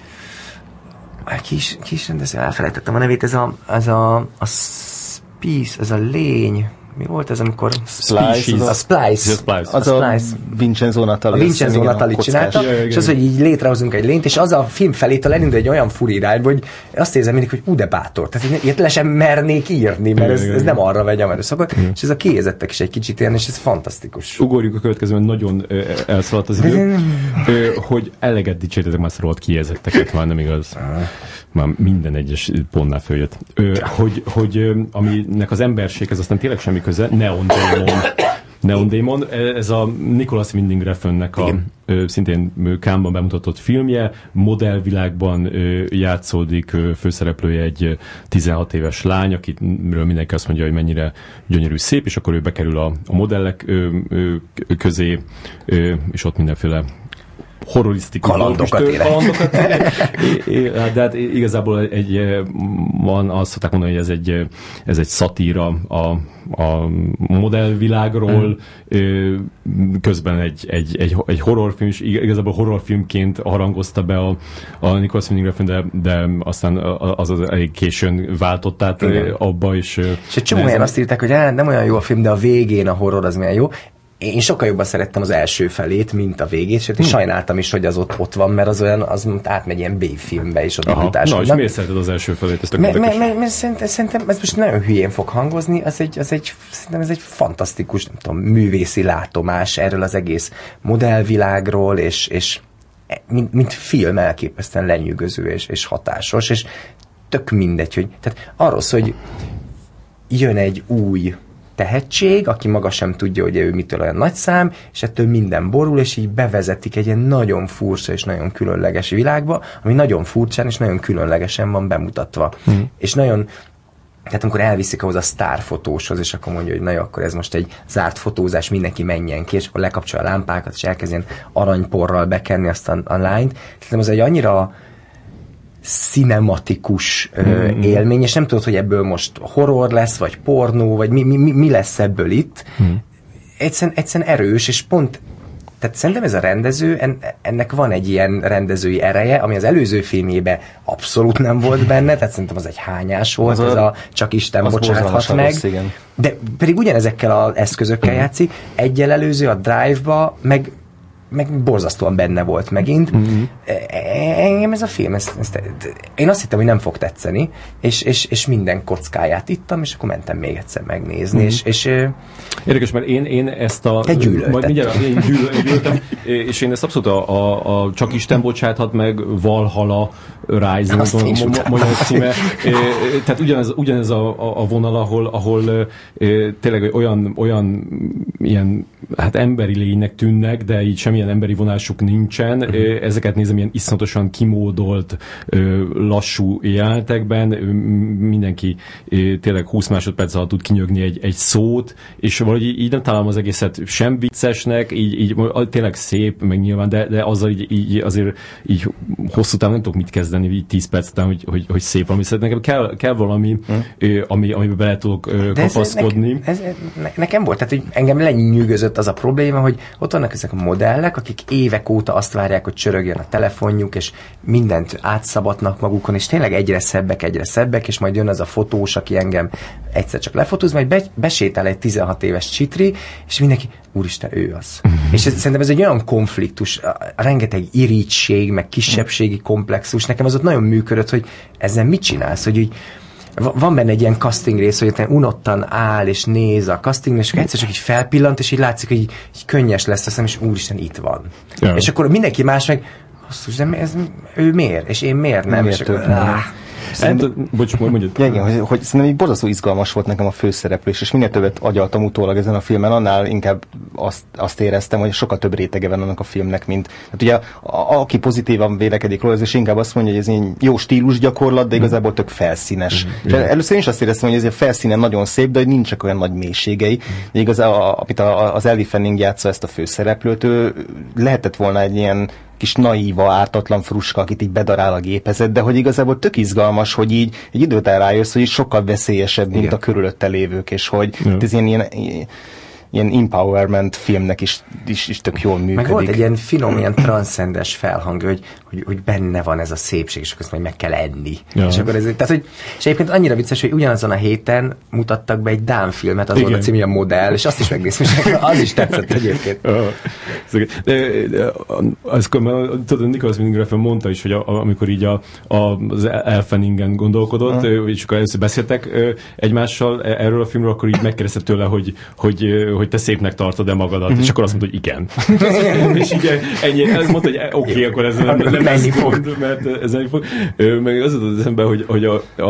S2: ki is rendező, elfelejtettem a nevét, ez a Spice, ez a lény, mi volt ez, amikor...
S3: Splice.
S2: A Splice.
S3: Az a Vincenzo Natali.
S2: A Vincenzo Natali csinálta, és az, hogy így létrehozunk egy lényt, és az a film felétől elindul egy olyan furi irányba, hogy azt érzem mindig, hogy de bátor. Tehát ilyet le sem mernék írni, mert ez nem arra megy, amerre szokott. És ez a Kéhezettek is egy kicsit ilyen, és ez fantasztikus.
S1: Ugorjuk a következőben, nagyon elszaladt az idő, hogy eleget dicsértetek már rohadt Kéhezetteket, már nem igaz. Már minden egyes pontnál följött. Hogy aminek az emberséghez aztán tényleg semmi köze, Neon Demon, ez a Nicholas Winding Refnnek a szintén Cannes-ban bemutatott filmje, modellvilágban játszódik, főszereplője egy 16 éves lány, akiről mindenki azt mondja, hogy mennyire gyönyörű, szép, és akkor ő bekerül a modellek közé, és ott mindenféle horrorisztikus
S2: kalandokat ér.
S1: De hát igazából van, azt szokták mondani, hogy ez egy szatíra a modellvilágról, közben egy horrorfilm, és igazából horrorfilmként harangozta be a Nicholas Winding Refn, de aztán az elég későn váltott át abba, és
S2: egy csomó helyen azt írták, hogy nem olyan jó a film, de a végén a horror az milyen jó. Én sokkal jobban szerettem az első felét, mint a végét, sőt, sajnáltam is, hogy az ott van, mert az átmegy ilyen B-filmbe is a debutás.
S1: Na, és miért szereted az első felét?
S2: Mert szerintem ez most nagyon hülyén fog hangozni, szerintem ez egy fantasztikus, nem tudom, művészi látomás erről az egész modellvilágról, és mint film elképesztően lenyűgöző és hatásos, és tök mindegy, hogy tehát arról szól, hogy jön egy új tehetség, aki maga sem tudja, hogy ő mitől olyan nagy szám, és ettől minden borul, és így bevezetik egy ilyen nagyon furcsa és nagyon különleges világba, ami nagyon furcsán és nagyon különlegesen van bemutatva. És nagyon, tehát amikor elviszik ahhoz a sztárfotóshoz, és akkor mondja, hogy na jó, akkor ez most egy zárt fotózás, mindenki menjen ki, és akkor lekapcsolja a lámpákat, és elkezdjen aranyporral bekenni azt a lányt. Tehát az egy annyira cinematikus élmény, és nem tudod, hogy ebből most horror lesz, vagy pornó, vagy mi lesz ebből itt. Egyszerűen erős, és pont, tehát szerintem ez a rendező, ennek van egy ilyen rendezői ereje, ami az előző filmjében abszolút nem volt benne, tehát szerintem az egy hányás volt, ez a csak Isten bocsáthat meg. Rossz, de pedig ugyanezekkel az eszközökkel játszik, egyel előző a Drive-ba, meg borzasztóan benne volt megint. Engem ez a film, én azt hittem, hogy nem fog tetszeni, és minden kockáját ittam, és akkor mentem még egyszer megnézni, és
S1: érdekes, mert én ezt a...
S2: Te gyűlölted.
S1: Én gyűlöltem, és én ezt abszolút a Csak Isten bocsáthat meg, Valhalla Rising, magyar címe. Tehát ugyanez a vonal, ahol tényleg olyan ilyen, hát emberi lénynek tűnnek, de így semmilyen emberi vonásuk nincsen. Ezeket nézem ilyen iszonyatosan kimódolt, lassú jelenetekben. Mindenki tényleg 20 másodperc alatt tud kinyögni egy szót, és valahogy így nem találom az egészet sem viccesnek, így tényleg szép, meg nyilván, de azzal így azért így hosszú távon nem tudok mit kezdeni, így 10 perc után, hogy szép valami. Szóval nekem kell valami, amiben bele tudok kapaszkodni.
S2: Nekem volt, tehát hogy engem lenyűgözött az a probléma, hogy ott vannak ezek a modellek, akik évek óta azt várják, hogy csörögjön a telefonjuk, és mindent átszabatnak magukon, és tényleg egyre szebbek, és majd jön az a fotós, aki engem egyszer csak lefotóz, majd besétál egy 16 éves csitri, és mindenki, úristen, ő az. És szerintem ez egy olyan konfliktus, rengeteg irigység, meg kisebbségi komplexus, nekem az ott nagyon működött, hogy ezzel mit csinálsz, hogy így van benne egy ilyen casting rész, hogy unottan áll és néz a casting, és egyszer csak így felpillant, és így látszik, hogy így könnyes lesz, aztán, és úristen, itt van. Ja. És akkor mindenki más meg, de ő miért? És én miért nem?
S3: Miért
S1: Bocs, mondjad.
S3: Ja, igen, hogy szerintem így borzasztó izgalmas volt nekem a főszereplés, és minél többet agyaltam utólag ezen a filmen, annál inkább azt éreztem, hogy sokkal több rétege van annak a filmnek, mint... Hát ugye, aki pozitívan vélekedik róla, és inkább azt mondja, hogy ez egy jó stílus gyakorlat, de igazából tök felszínes. És először én is azt éreztem, hogy ez a felszínen nagyon szép, de hogy nincsenek olyan nagy mélységei. De igazából, amit az Ellie Fanning játsza ezt a főszereplőt, ő lehetett volna egy ilyen kis naíva, ártatlan fruska, akit így bedarál a gépezet, de hogy igazából tök izgalmas, hogy így egy idő után rájössz, hogy így sokkal veszélyesebb, mint a körülötte lévők, és hogy ez ilyen empowerment filmnek is tök jól működik.
S2: Meg volt egy ilyen finom, ilyen transzcendes felhang, hogy benne van ez a szépség, és akkor ezt majd meg kell enni. Ja. És akkor és egyébként annyira vicces, hogy ugyanazon a héten mutattak be egy dán filmet, az volt a című a Modell, és azt is megnéztem, és az is tetszett egyébként.
S1: Tudod, Nicholas Winding Refn mondta is, hogy amikor így az Elle Fanningen gondolkodott, és akkor először beszéltek egymással erről a filmről, akkor így megkérdezte tőle, hogy te szépnek tartod-e magadat, és akkor azt mondta, hogy igen. És így ennyi, mondta, hogy oké, akkor ez nem menni fog, mert ez nem fog. Meg az az eszembe, hogy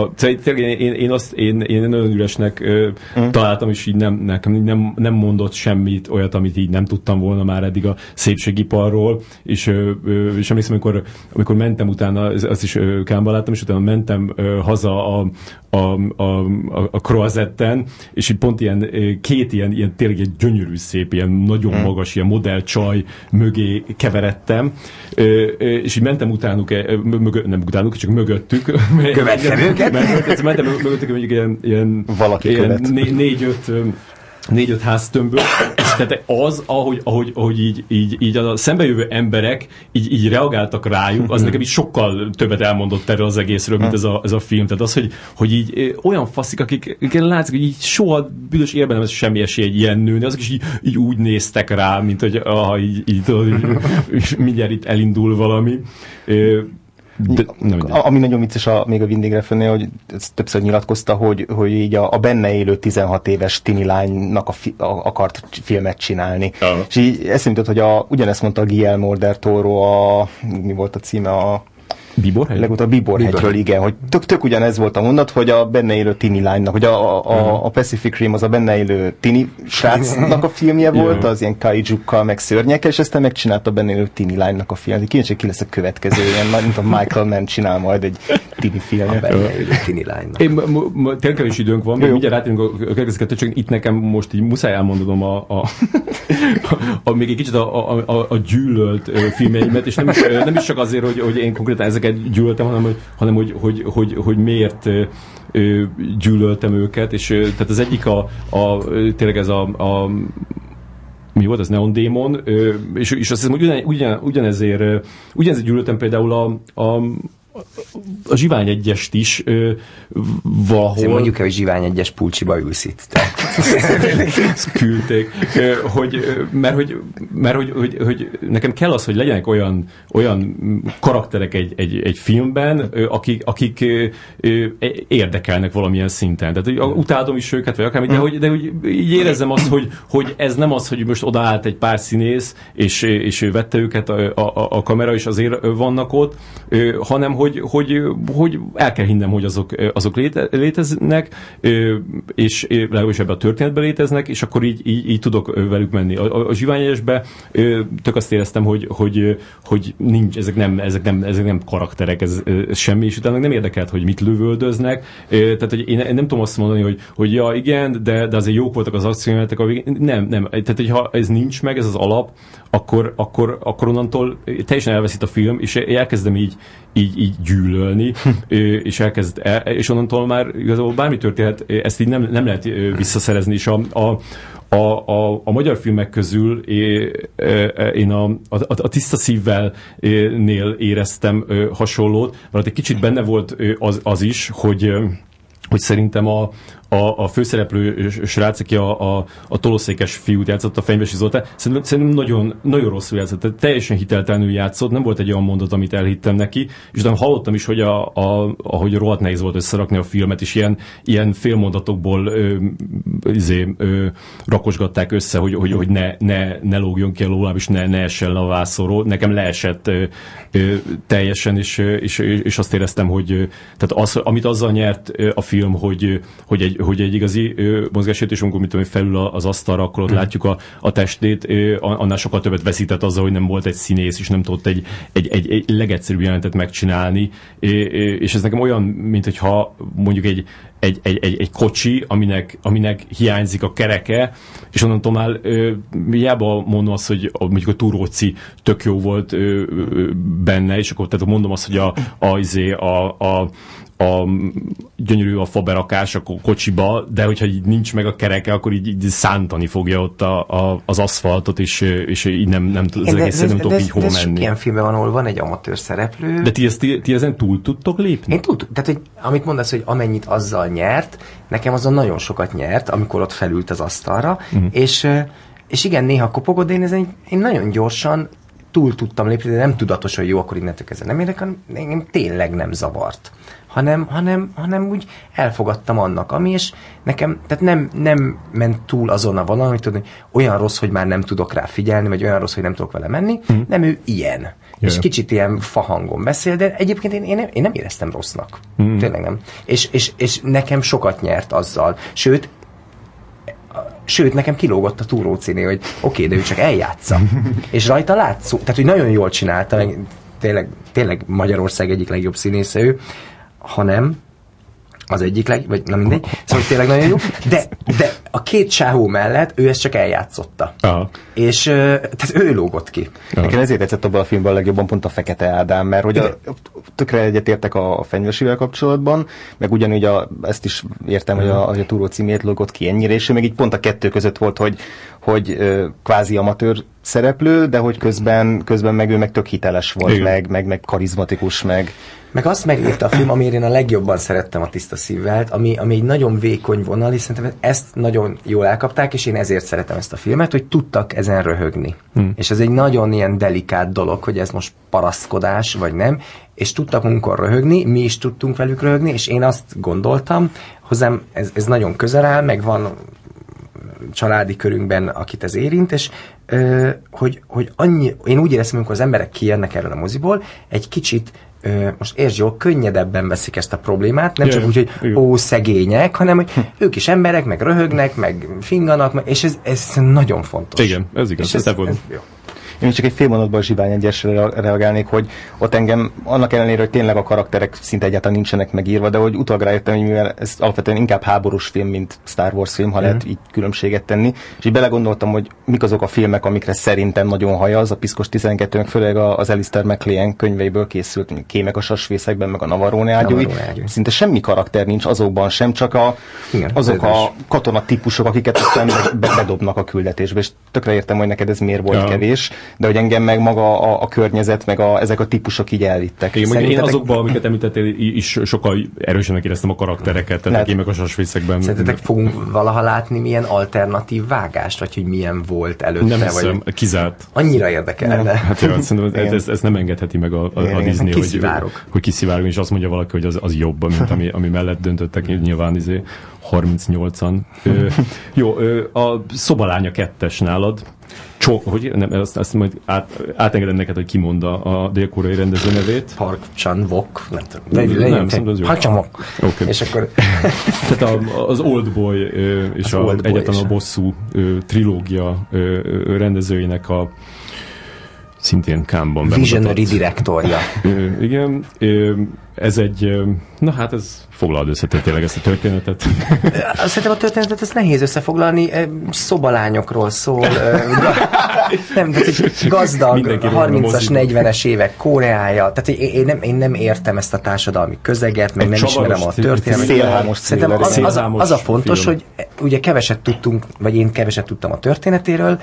S1: én nagyon üresnek találtam, és így nekem nem mondott semmit, olyat, amit így nem tudtam volna már eddig a szépségiparról, és emlékszem, amikor mentem utána, azt is Kámba láttam, és utána mentem haza a Croisetten, és így pont két ilyen tényleg egy gyönyörű szép, ilyen nagyon magas, ilyen modellcsaj mögé keveredtem, és így mentem utánuk, nem utánuk, csak mögöttük.
S2: Követtem őket?
S1: Mentem mögöttük, mondjuk ilyen
S3: valaki követ.
S1: 4-5 háztömböt, és tehát az, ahogy így a szembejövő emberek így reagáltak rájuk, az nekem így sokkal többet elmondott erről az egészről, mint ez a film. Tehát az, hogy így olyan faszik, akik látszik, hogy így soha büdös életben nem lesz semmi esély egy ilyen nőni, azok is így úgy néztek rá, mint hogy mindjárt itt elindul valami.
S3: Ami nagyon vicces még a Winding Refnnél, hogy többször nyilatkozta, hogy így a benne élő 16 éves tini lánynak akart filmet csinálni. És így eszembe jutott, hogy ugyanezt mondta a Guillermo del Toro, mi volt a címe,
S1: Biborhegy?
S3: Legutóbb Biborhegyről, igen, hogy tök ugyanez volt a mondat, hogy a benne élő tini lánynak, hogy a Pacific Rim az a benne élő tini srácnak a filmje volt, az ilyen kaijukkal, meg szörnyekkel, és aztán megcsinálta a benne élő tini lánynak a filmet. Kíváncsi, ki lesz a következő, ilyen, mint a Michael Mann csinál majd egy tini filmet.
S2: A benne élő tini lánynak.
S1: Tényleg kevés időnk van, mindjárt rátérünk a következőket, csak itt nekem most így muszáj elmondanom még egy kicsit a gyűlölt filmjeimet, és nem is csak azért, hogy én konkrétan ezeket gyűlöltem, hanem hogy miért gyűlöltem őket, és tehát az egyik tényleg ez mi volt, ez Neon Demon, és azt hiszem, hogy ugyanezért gyűlöltem például a Zsivány egyest is valahol...
S2: Azért mondjuk el, hogy Zsivány egyes pulcsiba ülsz itt.
S1: Ezt küldték. Mert hogy nekem kell az, hogy legyenek olyan karakterek egy filmben, akik érdekelnek valamilyen szinten. Tehát utálom is őket, vagy akármit, de hogy így érezzem azt, hogy ez nem az, hogy most odaállt egy pár színész, és vette őket a kamera, és azért vannak ott, hanem hogy el kell hinnem, hogy azok léteznek, és legalábbis ebben a történetben léteznek, és akkor így tudok velük menni. A Zsiványegyesben tök azt éreztem, hogy nincs, ezek nem karakterek, ez semmi, és utána nem érdekelt, hogy mit lövöldöznek. Tehát, hogy én nem tudom azt mondani, hogy ja, igen, de azért jók voltak az akciójelenetek a végén. Nem. Tehát, hogyha ez nincs meg, ez az alap, akkor onnantól teljesen elveszít a film, és elkezdem így gyűlölni, és onnantól már igazából bármi történhet, ezt így nem lehet visszaszerezni, és a magyar filmek közül én a Tiszta szívvel-nél éreztem hasonlót, mert egy kicsit benne volt az is, hogy szerintem a főszereplő srác, aki a tolószékes fiút játszott, a Fenyvesi Zoltán, szerintem nagyon, nagyon rosszul játszott, tehát teljesen hiteltelenül játszott, nem volt egy olyan mondat, amit elhittem neki, és utána hallottam is, hogy ahogy rohadt nehéz volt összerakni a filmet, és ilyen félmondatokból rakosgatták össze, hogy ne lógjon ki a lóláb, és ne essen le a vászorról. Nekem leesett teljesen, és azt éreztem, hogy tehát amit azzal nyert a film, hogy egy igazi mozgásértés, amikor mit tudom, felül az asztalra, akkor ott látjuk a testét, annál sokkal többet veszített azzal, hogy nem volt egy színész, és nem tudott egy legegyszerűbb jelentet megcsinálni, és ez nekem olyan, mint hogyha mondjuk egy kocsi, aminek hiányzik a kereke, és onnantól már hiába mondom azt, hogy mondjuk a túróci tök jó volt benne, és akkor tehát mondom azt, hogy a gyönyörű a faberakás a kocsiba, de hogyha így nincs meg a kereke, akkor így szántani fogja ott az aszfaltot, és így nem tudok így hova menni.
S2: Ilyen filmben van, ahol van egy amatőr szereplő.
S1: De ti ezen túl tudtok lépni?
S2: Én tehát, hogy amit mondasz, hogy amennyit azzal nyert, nekem azon nagyon sokat nyert, amikor ott felült az asztalra, és igen, néha kopogod, de én nagyon gyorsan túl tudtam lépni, de nem tudatos, hogy jó, akkor innentől kezdve nem érdekel, engem tényleg nem zavart. Hanem úgy elfogadtam annak, ami, és nekem, tehát nem ment túl azon a vonalon, hogy tudni, olyan rossz, hogy már nem tudok rá figyelni, vagy olyan rossz, hogy nem tudok vele menni, nem, ő ilyen. Yeah. És kicsit ilyen fahangon beszél, de egyébként én nem éreztem rossznak. Tényleg nem. És nekem sokat nyert azzal. Sőt, nekem kilógott a túrócénél, hogy oké, de ő csak eljátsza. És rajta látszó, tehát, hogy nagyon jól csinálta, tényleg Magyarország egyik legjobb színésze ő, hanem az egyik vagy nem mindegy, szóval tényleg nagyon jó, de a két sávó mellett ő ezt csak eljátszotta. Aha. És tehát ő lógott ki.
S3: Nekem ezért tetszett abban a filmben a legjobban pont a Fekete Ádám, mert hogy tökre egyetértek a Fenyvesivel kapcsolatban, meg ugyanúgy ezt is értem, hogy a Túró címét lógott ki ennyire, és ő meg így pont a kettő között volt, hogy kvázi amatőr szereplő, de hogy közben meg ő meg tök hiteles volt, meg karizmatikus,
S2: meg azt megírta a film, amire én a legjobban szerettem a Tiszta szívvel, ami egy nagyon vékony vonal, és szerintem ezt nagyon jól elkapták, és én ezért szeretem ezt a filmet, hogy tudtak ezen röhögni. És ez egy nagyon ilyen delikát dolog, hogy ez most paraszkodás, vagy nem, és tudtak munkor röhögni, mi is tudtunk velük röhögni, és én azt gondoltam, hozzám ez nagyon közel áll, meg van családi körünkben, akit ez érint, és hogy annyi, én úgy éreztem, amikor az emberek kijönnek erről a moziból, egy kicsit most értsd jól, könnyedebben veszik ezt a problémát, nem csak úgy, hogy szegények, hanem hogy ők is emberek, meg röhögnek, meg finganak, és ez nagyon fontos.
S1: Igen, ez igaz. Ez
S3: jó. Én csak egy fél mondatban a Zsivány egyesre reagálnék, hogy ott engem annak ellenére, hogy tényleg a karakterek szinte egyáltalán nincsenek megírva, de hogy utólag rájöttem, hogy mivel ez alapvetően inkább háborús film, mint Star Wars film, ha lehet így különbséget tenni, és így belegondoltam, hogy mik azok a filmek, amikre szerintem nagyon hajaz, a Piszkos 12, meg főleg az Alistair MacLean könyveiből készült, Kémek a sasvészekben, meg a Navarone ágyúi. Szinte semmi karakter nincs azokban sem, csak azok a katonatípusok, akiket aztán bedobnak a küldetésbe, és tökre értem, hogy neked ez miért volt kevés, de hogy engem meg maga a környezet, meg ezek a típusok így elvittek.
S1: Én azokban, amiket említettél, is sokkal erősebbnek éreztem a karaktereket, tehát Kémek a sasvészekben.
S2: Szerintetek fogunk valaha látni milyen alternatív vágást, vagy hogy milyen volt előtte?
S1: Nem hiszem,
S2: vagy...
S1: kizárt.
S2: Annyira érdekelne.
S1: Hát jó, szerintem ez nem engedheti meg a Disney, hogy kiszivárog, és azt mondja valaki, hogy az jobb, mint ami mellett döntöttek, nyilván 38-an. Jó, a Szobalánya 2-es nálad. Hogy nem, azt majd átengedem neked, hogy kimondta a dél-koreai rendező nevét.
S2: Park Chan-wook. Nem
S1: az jó.
S2: Park Chan-wook.
S1: Okay.
S2: És akkor...
S1: Tehát az Oldboy és egyáltalán a Bosszú trilógia rendezőinek a szintén Cannes-ban bemutatott.
S2: Visionary direktorja.
S1: Igen. Ez egy... Na hát ez foglald össze tényleg ezt a történetet.
S2: Szerintem a történetet ezt nehéz összefoglalni. Szobalányokról szól. Nem, tehát gazdag, 30-as, 40-es évek Koreája. Tehát én nem értem ezt a társadalmi közeget, meg nem ismerem a történetet. Szerintem az a fontos, film. Hogy ugye keveset tudtunk, vagy én keveset tudtam a történetéről,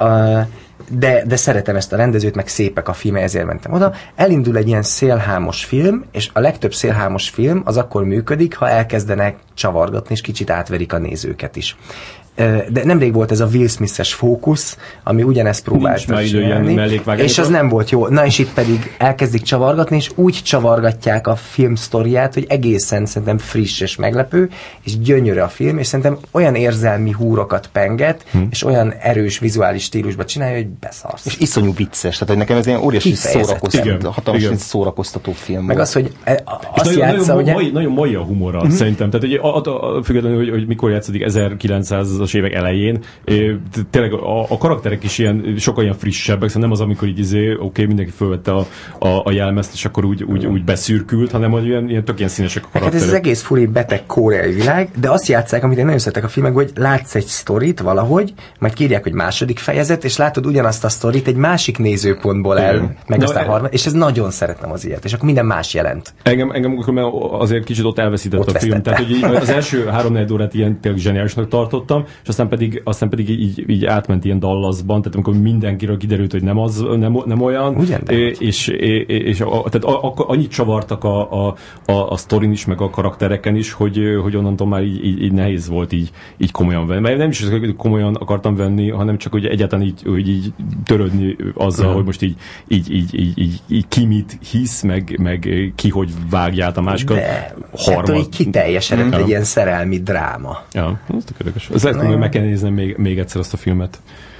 S2: de szeretem ezt a rendezőt, meg szépek a filmek, ezért mentem oda. Elindul egy ilyen szélhámos film, és a legtöbb szélhámos film az akkor működik, ha elkezdenek csavargatni, és kicsit átverik a nézőket is. De nemrég volt ez a Will Smith-es Fókusz, ami ugyanezt próbálta csinálni, és az nem volt jó. Na és itt pedig elkezdik csavargatni, és úgy csavargatják a film sztoriát, hogy egészen szerintem friss és meglepő, és gyönyörű a film, és szerintem olyan érzelmi húrokat penget, és olyan erős vizuális stílusba csinálja, hogy beszarsz.
S3: És iszonyú vicces, tehát hogy nekem ez ilyen óriási hatalmas szórakoztató film.
S2: Meg az, hogy azt játsza, ugye...
S1: Nagyon mai a humora, szerintem. Tehát hogy függetlenül, hogy mikor játszódik 1900-as évek elején, tényleg a karakterek is sokkal ilyen frissebbek, szóval nem az, amikor így mindenki fölvette a jelmezt, és akkor úgy beszürkült, hanem hogy ilyen tök ilyen színesek a karakterek.
S2: Hát ez az egész furi beteg koreai világ, de azt játsszák, amit én nagyon szeretek a filmek, hogy látsz egy sztorit valahogy, majd kírják, hogy második fejezet, és látod ugyanazt a sztorit egy másik nézőpontból meg aztán harmad, és ez nagyon szeretem az ilyet, és akkor minden más jelent.
S1: Engem azért kicsit ott elveszített a film, tehát hogy az első 3-4 órát ilyen tényleg zseniálisnak tartottam, és aztán pedig így átment ilyen Dallasban, tehát amikor mindenkiről kiderült, hogy nem olyan, és tehát annyit csavartak a sztorin is, meg a karaktereken is, hogy onnantól már így nehéz volt így komolyan venni. Mert nem is hogy komolyan akartam venni, hanem csak hogy egyáltalán így törődni azzal, hogy most így ki mit hisz, meg ki hogy vágja át a másikat.
S2: De ettől így kiteljesedett egy ilyen szerelmi dráma.
S1: Ja, ez tökéletes. Ez lehet, hogy meg kell néznem még egyszer azt a filmet.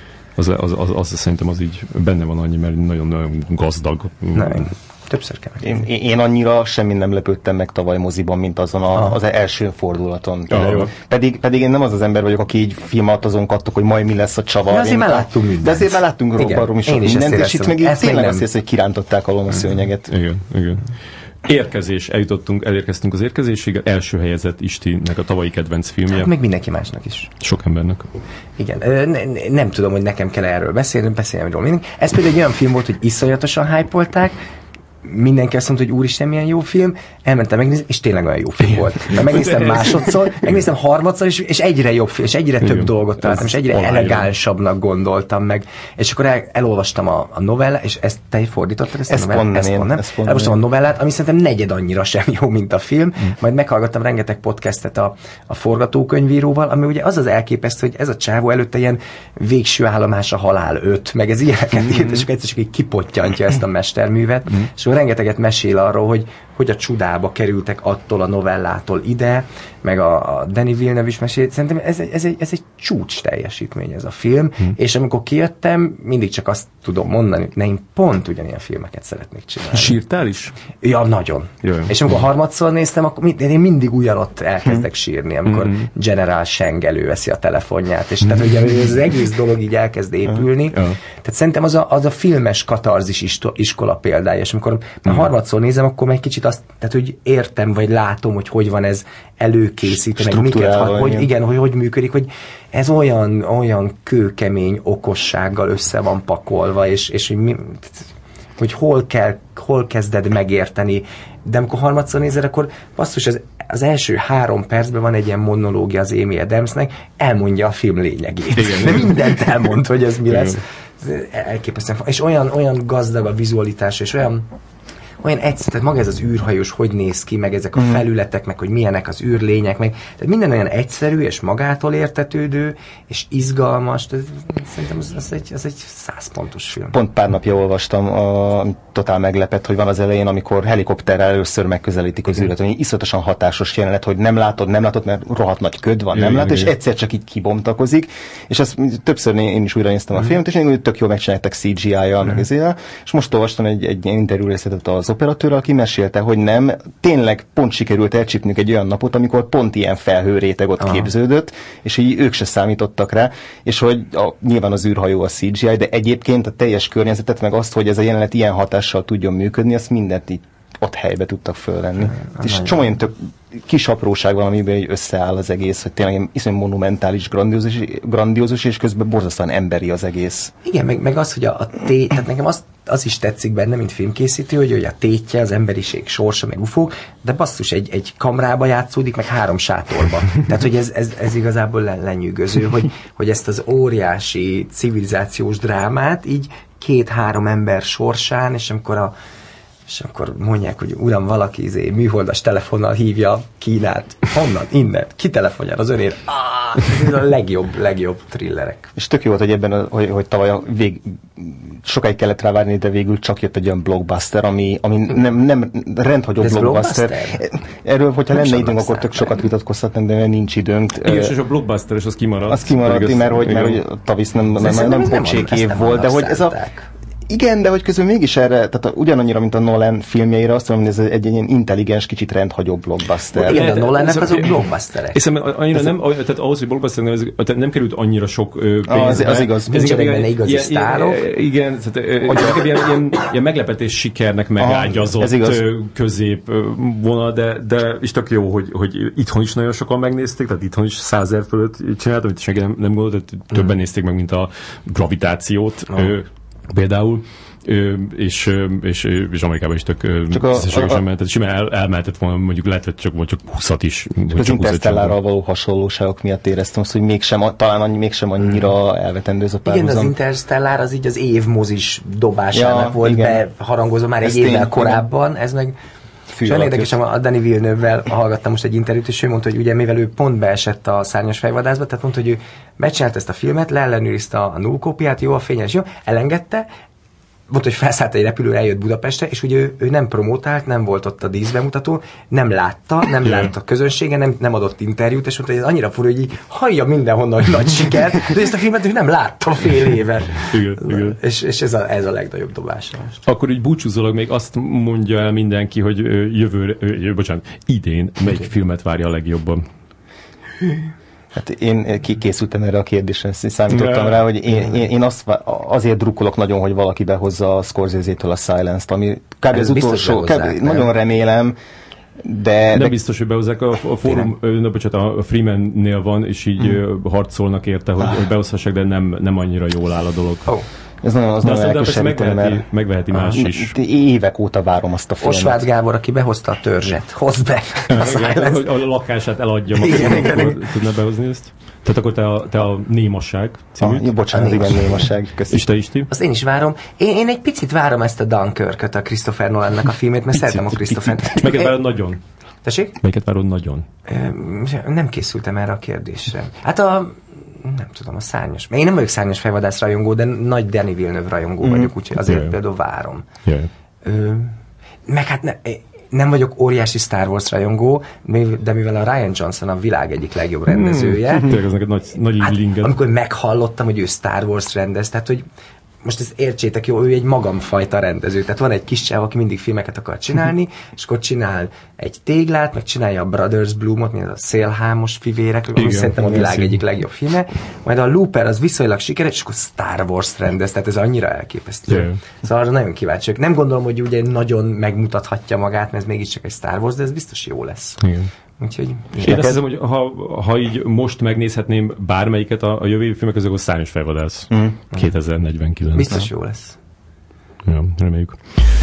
S1: Az szerintem az így benne van annyi, mert nagyon-nagyon gazdag.
S2: Többször kell.
S3: Én annyira semmi nem lepődtem meg tavaly moziban, mint azon az első fordulaton. Pedig én nem az ember vagyok, aki így film alatt azon kattok, hogy majd mi lesz a csavar.
S2: De azért már láttunk mindent.
S3: De azért már láttunk baromi sok mindent, és itt meg így tényleg azt hisz, hogy kirántották alól a szőnyeget.
S1: Igen. Elérkeztünk az érkezésig, első helyezett Istinek a tavalyi kedvenc filmje.
S2: Hát még mindenki másnak is.
S1: Sok embernek.
S2: Igen, nem tudom, hogy nekem kell erről beszélni róla mindig. Ez például egy olyan film volt, hogy iszonyatosan hype-olták, mindenki azt mondta, hogy úristen, milyen jó film, elmentem megnézni, és tényleg olyan jó film volt. Megnéztem másodszor, megnéztem harmadszor, és egyre jobb film, és egyre több dolgot találtam, és egyre elegánsabbnak gondoltam meg. És akkor elolvastam a novellát, és ezt te fordítottad ezt a novellát? Elolvastam a novellát, ami szerintem negyed annyira sem jó, mint a film. Majd meghallgattam rengeteg podcastet a forgatókönyvíróval, ami ugye az elképesztő, hogy ez a csávó előtte ilyen Végső állomás a halál 5, meg ez ilyeneket írt, és akkor egyszer csak kipottyantja ezt a mesterművet, és rengeteget mesél arról, hogy hogy a csudába kerültek attól a novellától ide, meg a Denis Villeneuve is mesélt. Szerintem ez egy csúcs teljesítmény ez a film, és amikor kijöttem, mindig csak azt tudom mondani, hogy én pont ugyanilyen filmeket szeretnék csinálni.
S1: Sírtál is?
S2: Ja, nagyon.
S1: Jaj.
S2: És amikor harmadszor néztem, akkor én mindig ugyanott elkezdek sírni, amikor General Sheng előveszi a telefonját, és tehát ugye az egész dolog így elkezd épülni. Tehát szerintem az a filmes katarzis iskola példája, és amikor harmadszor nézem, akkor meg kicsit azt, tehát hogy értem, vagy látom, hogy van ez előkészítve, meg miket, hogy működik, hogy ez olyan kőkemény okossággal össze van pakolva, és hogy hol kezded megérteni, de amikor harmadszor nézed, akkor basszus, az első 3 percben van egy ilyen monológia az Amy Adamsnek, elmondja a film lényegét. De mindent elmond, hogy ez mi lesz. Elképesztően. És olyan gazdag a vizualitás, és olyan egyszerű, tehát maga ez az űrhajós, hogy néz ki, meg ezek a felületek, meg hogy milyenek az űrlények, meg tehát minden olyan egyszerű, és magától értetődő, és izgalmas, szerintem ez egy 100 pontos film.
S3: Pont pár napja olvastam, totál meglepett, hogy van az elején, amikor helikopterrel először megközelítik az űrlet, hogy iszonyatosan hatásos jelenet, hogy nem látod, mert rohadt nagy köd van, nem látod, és egyszer csak így kibomtakozik, és azt többször én is újra néztem a filmet, és én tök jól megcsináltak CGI-jal, meg ezzel, és most olvastam egy interjú részletet az operatőr, aki mesélte, hogy nem, tényleg pont sikerült elcsípnünk egy olyan napot, amikor pont ilyen felhőréteg ott képződött, és így ők se számítottak rá, és hogy nyilván az űrhajó a CGI, de egyébként a teljes környezetet, meg azt, hogy ez a jelenet ilyen hatással tudjon működni, azt mindent így ott helybe tudtak fölvenni. És csomó ilyen tök kis apróság van, amiben így összeáll az egész, hogy tényleg iszonyú monumentális, grandiózus, és közben borzasztóan emberi az egész.
S2: Igen, meg az, hogy tehát nekem az is tetszik benne, mint filmkészítő, hogy a tétje, az emberiség sorsa, meg ufók, de basszus, egy kamrába játszódik, meg 3 sátorba. Tehát, hogy ez igazából lenyűgöző, hogy ezt az óriási civilizációs drámát így 2-3 ember sorsán, és akkor mondják, hogy uram, valaki műholdas telefonnal hívja Kínát. Honnan? Innen. Ki telefonjál? Az önért? Ez a legjobb thrillerek.
S3: És tök jó volt, hogy ebben, hogy tavaly sokáig kellett rá várni, de végül csak jött egy olyan blockbuster, ami nem rendhagyó blockbuster. Erről, hogyha lenne időnk, akkor tök sokat vitatkozhatnánk, de nincs időnk.
S1: Igen, és a blockbuster, az kimaradt.
S3: Az kimaradt, mert hogy Tavisz nem pocsék év volt, de hogy ez a... Igen, de hogy közben mégis erre, tehát ugyanannyira, mint a Nolan filmjeire, azt mondom, hogy ez egy ilyen intelligens, kicsit rendhagyó blockbuster.
S2: Igen, a Nolannek azok blockbusterek.
S1: És annyira nem, tehát ahhoz, hogy blockbuster nem került annyira sok pénzbe.
S3: Az igaz.
S2: Nincsenek benne igazi sztárok.
S1: Igen, tehát ilyen meglepetés sikernek megágyazott középvonal, de is tök jó, hogy itthon is nagyon sokan megnézték, tehát itthon is 100 000 fölött csinált, amit senki nem gondolt, tehát többen nézték meg, mint a Gravitációt. Például, és Amerikában is tök tisztességesen mehetett. Simán elmehetett volna, mondjuk lehet, hogy csak 20-at is.
S3: Az Interstellárral való hasonlóságok miatt éreztem azt, hogy talán mégsem annyira elvetendő ez a párhuzam.
S2: Igen, az Interstellár az így az év mozis dobásának volt beharangozva már egy évvel korábban, ez meg... És olyan érdekes, a Denis Villeneuve-vel hallgattam most egy interjút, és ő mondta, hogy ugye mivel ő pont beesett a Szárnyas fejvadászba, tehát mondta, hogy ő megcsinált ezt a filmet, leellenőrizte a nullkópiát, jó, a fényes, jó, elengedte, mondta, hogy felszállt egy repülőre, eljött Budapestre, és ugye ő nem promotált, nem volt ott a díszbemutató, nem látta a közönsége, nem adott interjút, és mondta, hogy ez annyira furú, hogy így hallja mindenhonnan, hogy nagy siker, de ezt a filmet ő nem látta fél éve.
S1: Igen.
S2: És ez a legnagyobb dobás.
S1: Akkor így búcsúzólag még azt mondja el mindenki, hogy idén melyik filmet várja a legjobban?
S3: Hát én készültem erre a kérdésre, számítottam rá, hogy én azért drukkolok nagyon, hogy valaki behozza a Scorsese-től a Silence-t, ami kb. Az utolsó, nagyon remélem, de...
S1: Nem biztos, hogy behozzák a fórum, a Freeman-nél van, és így harcolnak érte, hogy behozhassák, de nem annyira jól áll a dolog.
S3: Ez nagyon elkeserítő,
S1: mert megveheti más is.
S3: Évek óta várom azt a filmet.
S2: Osváth Gábor, aki behozta a törzset, hozd be
S1: a lakását eladja, akkor tudna behozni ezt? Tehát akkor te a Némasság címűt?
S3: Bocsánat, igen, Némasság.
S1: És te is, Tim?
S2: Azt én is várom. Én egy picit várom ezt a Dunkirk-öt, a Christopher Nolannek a filmét, mert szeretem a Christopher-t.
S1: Melyiket várod nagyon?
S2: Tessék?
S1: Melyiket várod nagyon?
S2: Nem készültem erre a kérdésre. Hát nem tudom, a Szárnyas. Én nem vagyok Szárnyas fejvadász rajongó, de nagy Denis Villeneuve rajongó vagyok, úgyhogy azért például várom. Meg hát nem vagyok óriási Star Wars rajongó, de mivel a Rian Johnson a világ egyik legjobb rendezője,
S1: Tényleg ez neked nagy ízlinged.
S2: amikor meghallottam, hogy ő Star Wars rendez, tehát hogy most ezt értsétek jó, ő egy magamfajta rendező. Tehát van egy kis csáv, aki mindig filmeket akar csinálni, és akkor csinál egy téglát, meg csinálja a Brothers Bloom-ot, mint a szélhámos fivérek, ami szerintem a világ egyik legjobb filme. Majd a Looper az viszonylag sikeres, és akkor Star Wars rendez, tehát ez annyira elképesztő.
S1: Yeah.
S2: Szóval arra nagyon kíváncsiak. Nem gondolom, hogy ugye nagyon megmutathatja magát, mert ez mégiscsak egy Star Wars, de ez biztos jó lesz.
S1: Igen.
S2: Úgyhogy...
S1: Én azt hiszem, hogy ha így most megnézhetném bármelyiket a jövő évi filmek közül, akkor Szárnyas fejvadász 2049.
S2: Biztos jó lesz.
S1: Ja, reméljük.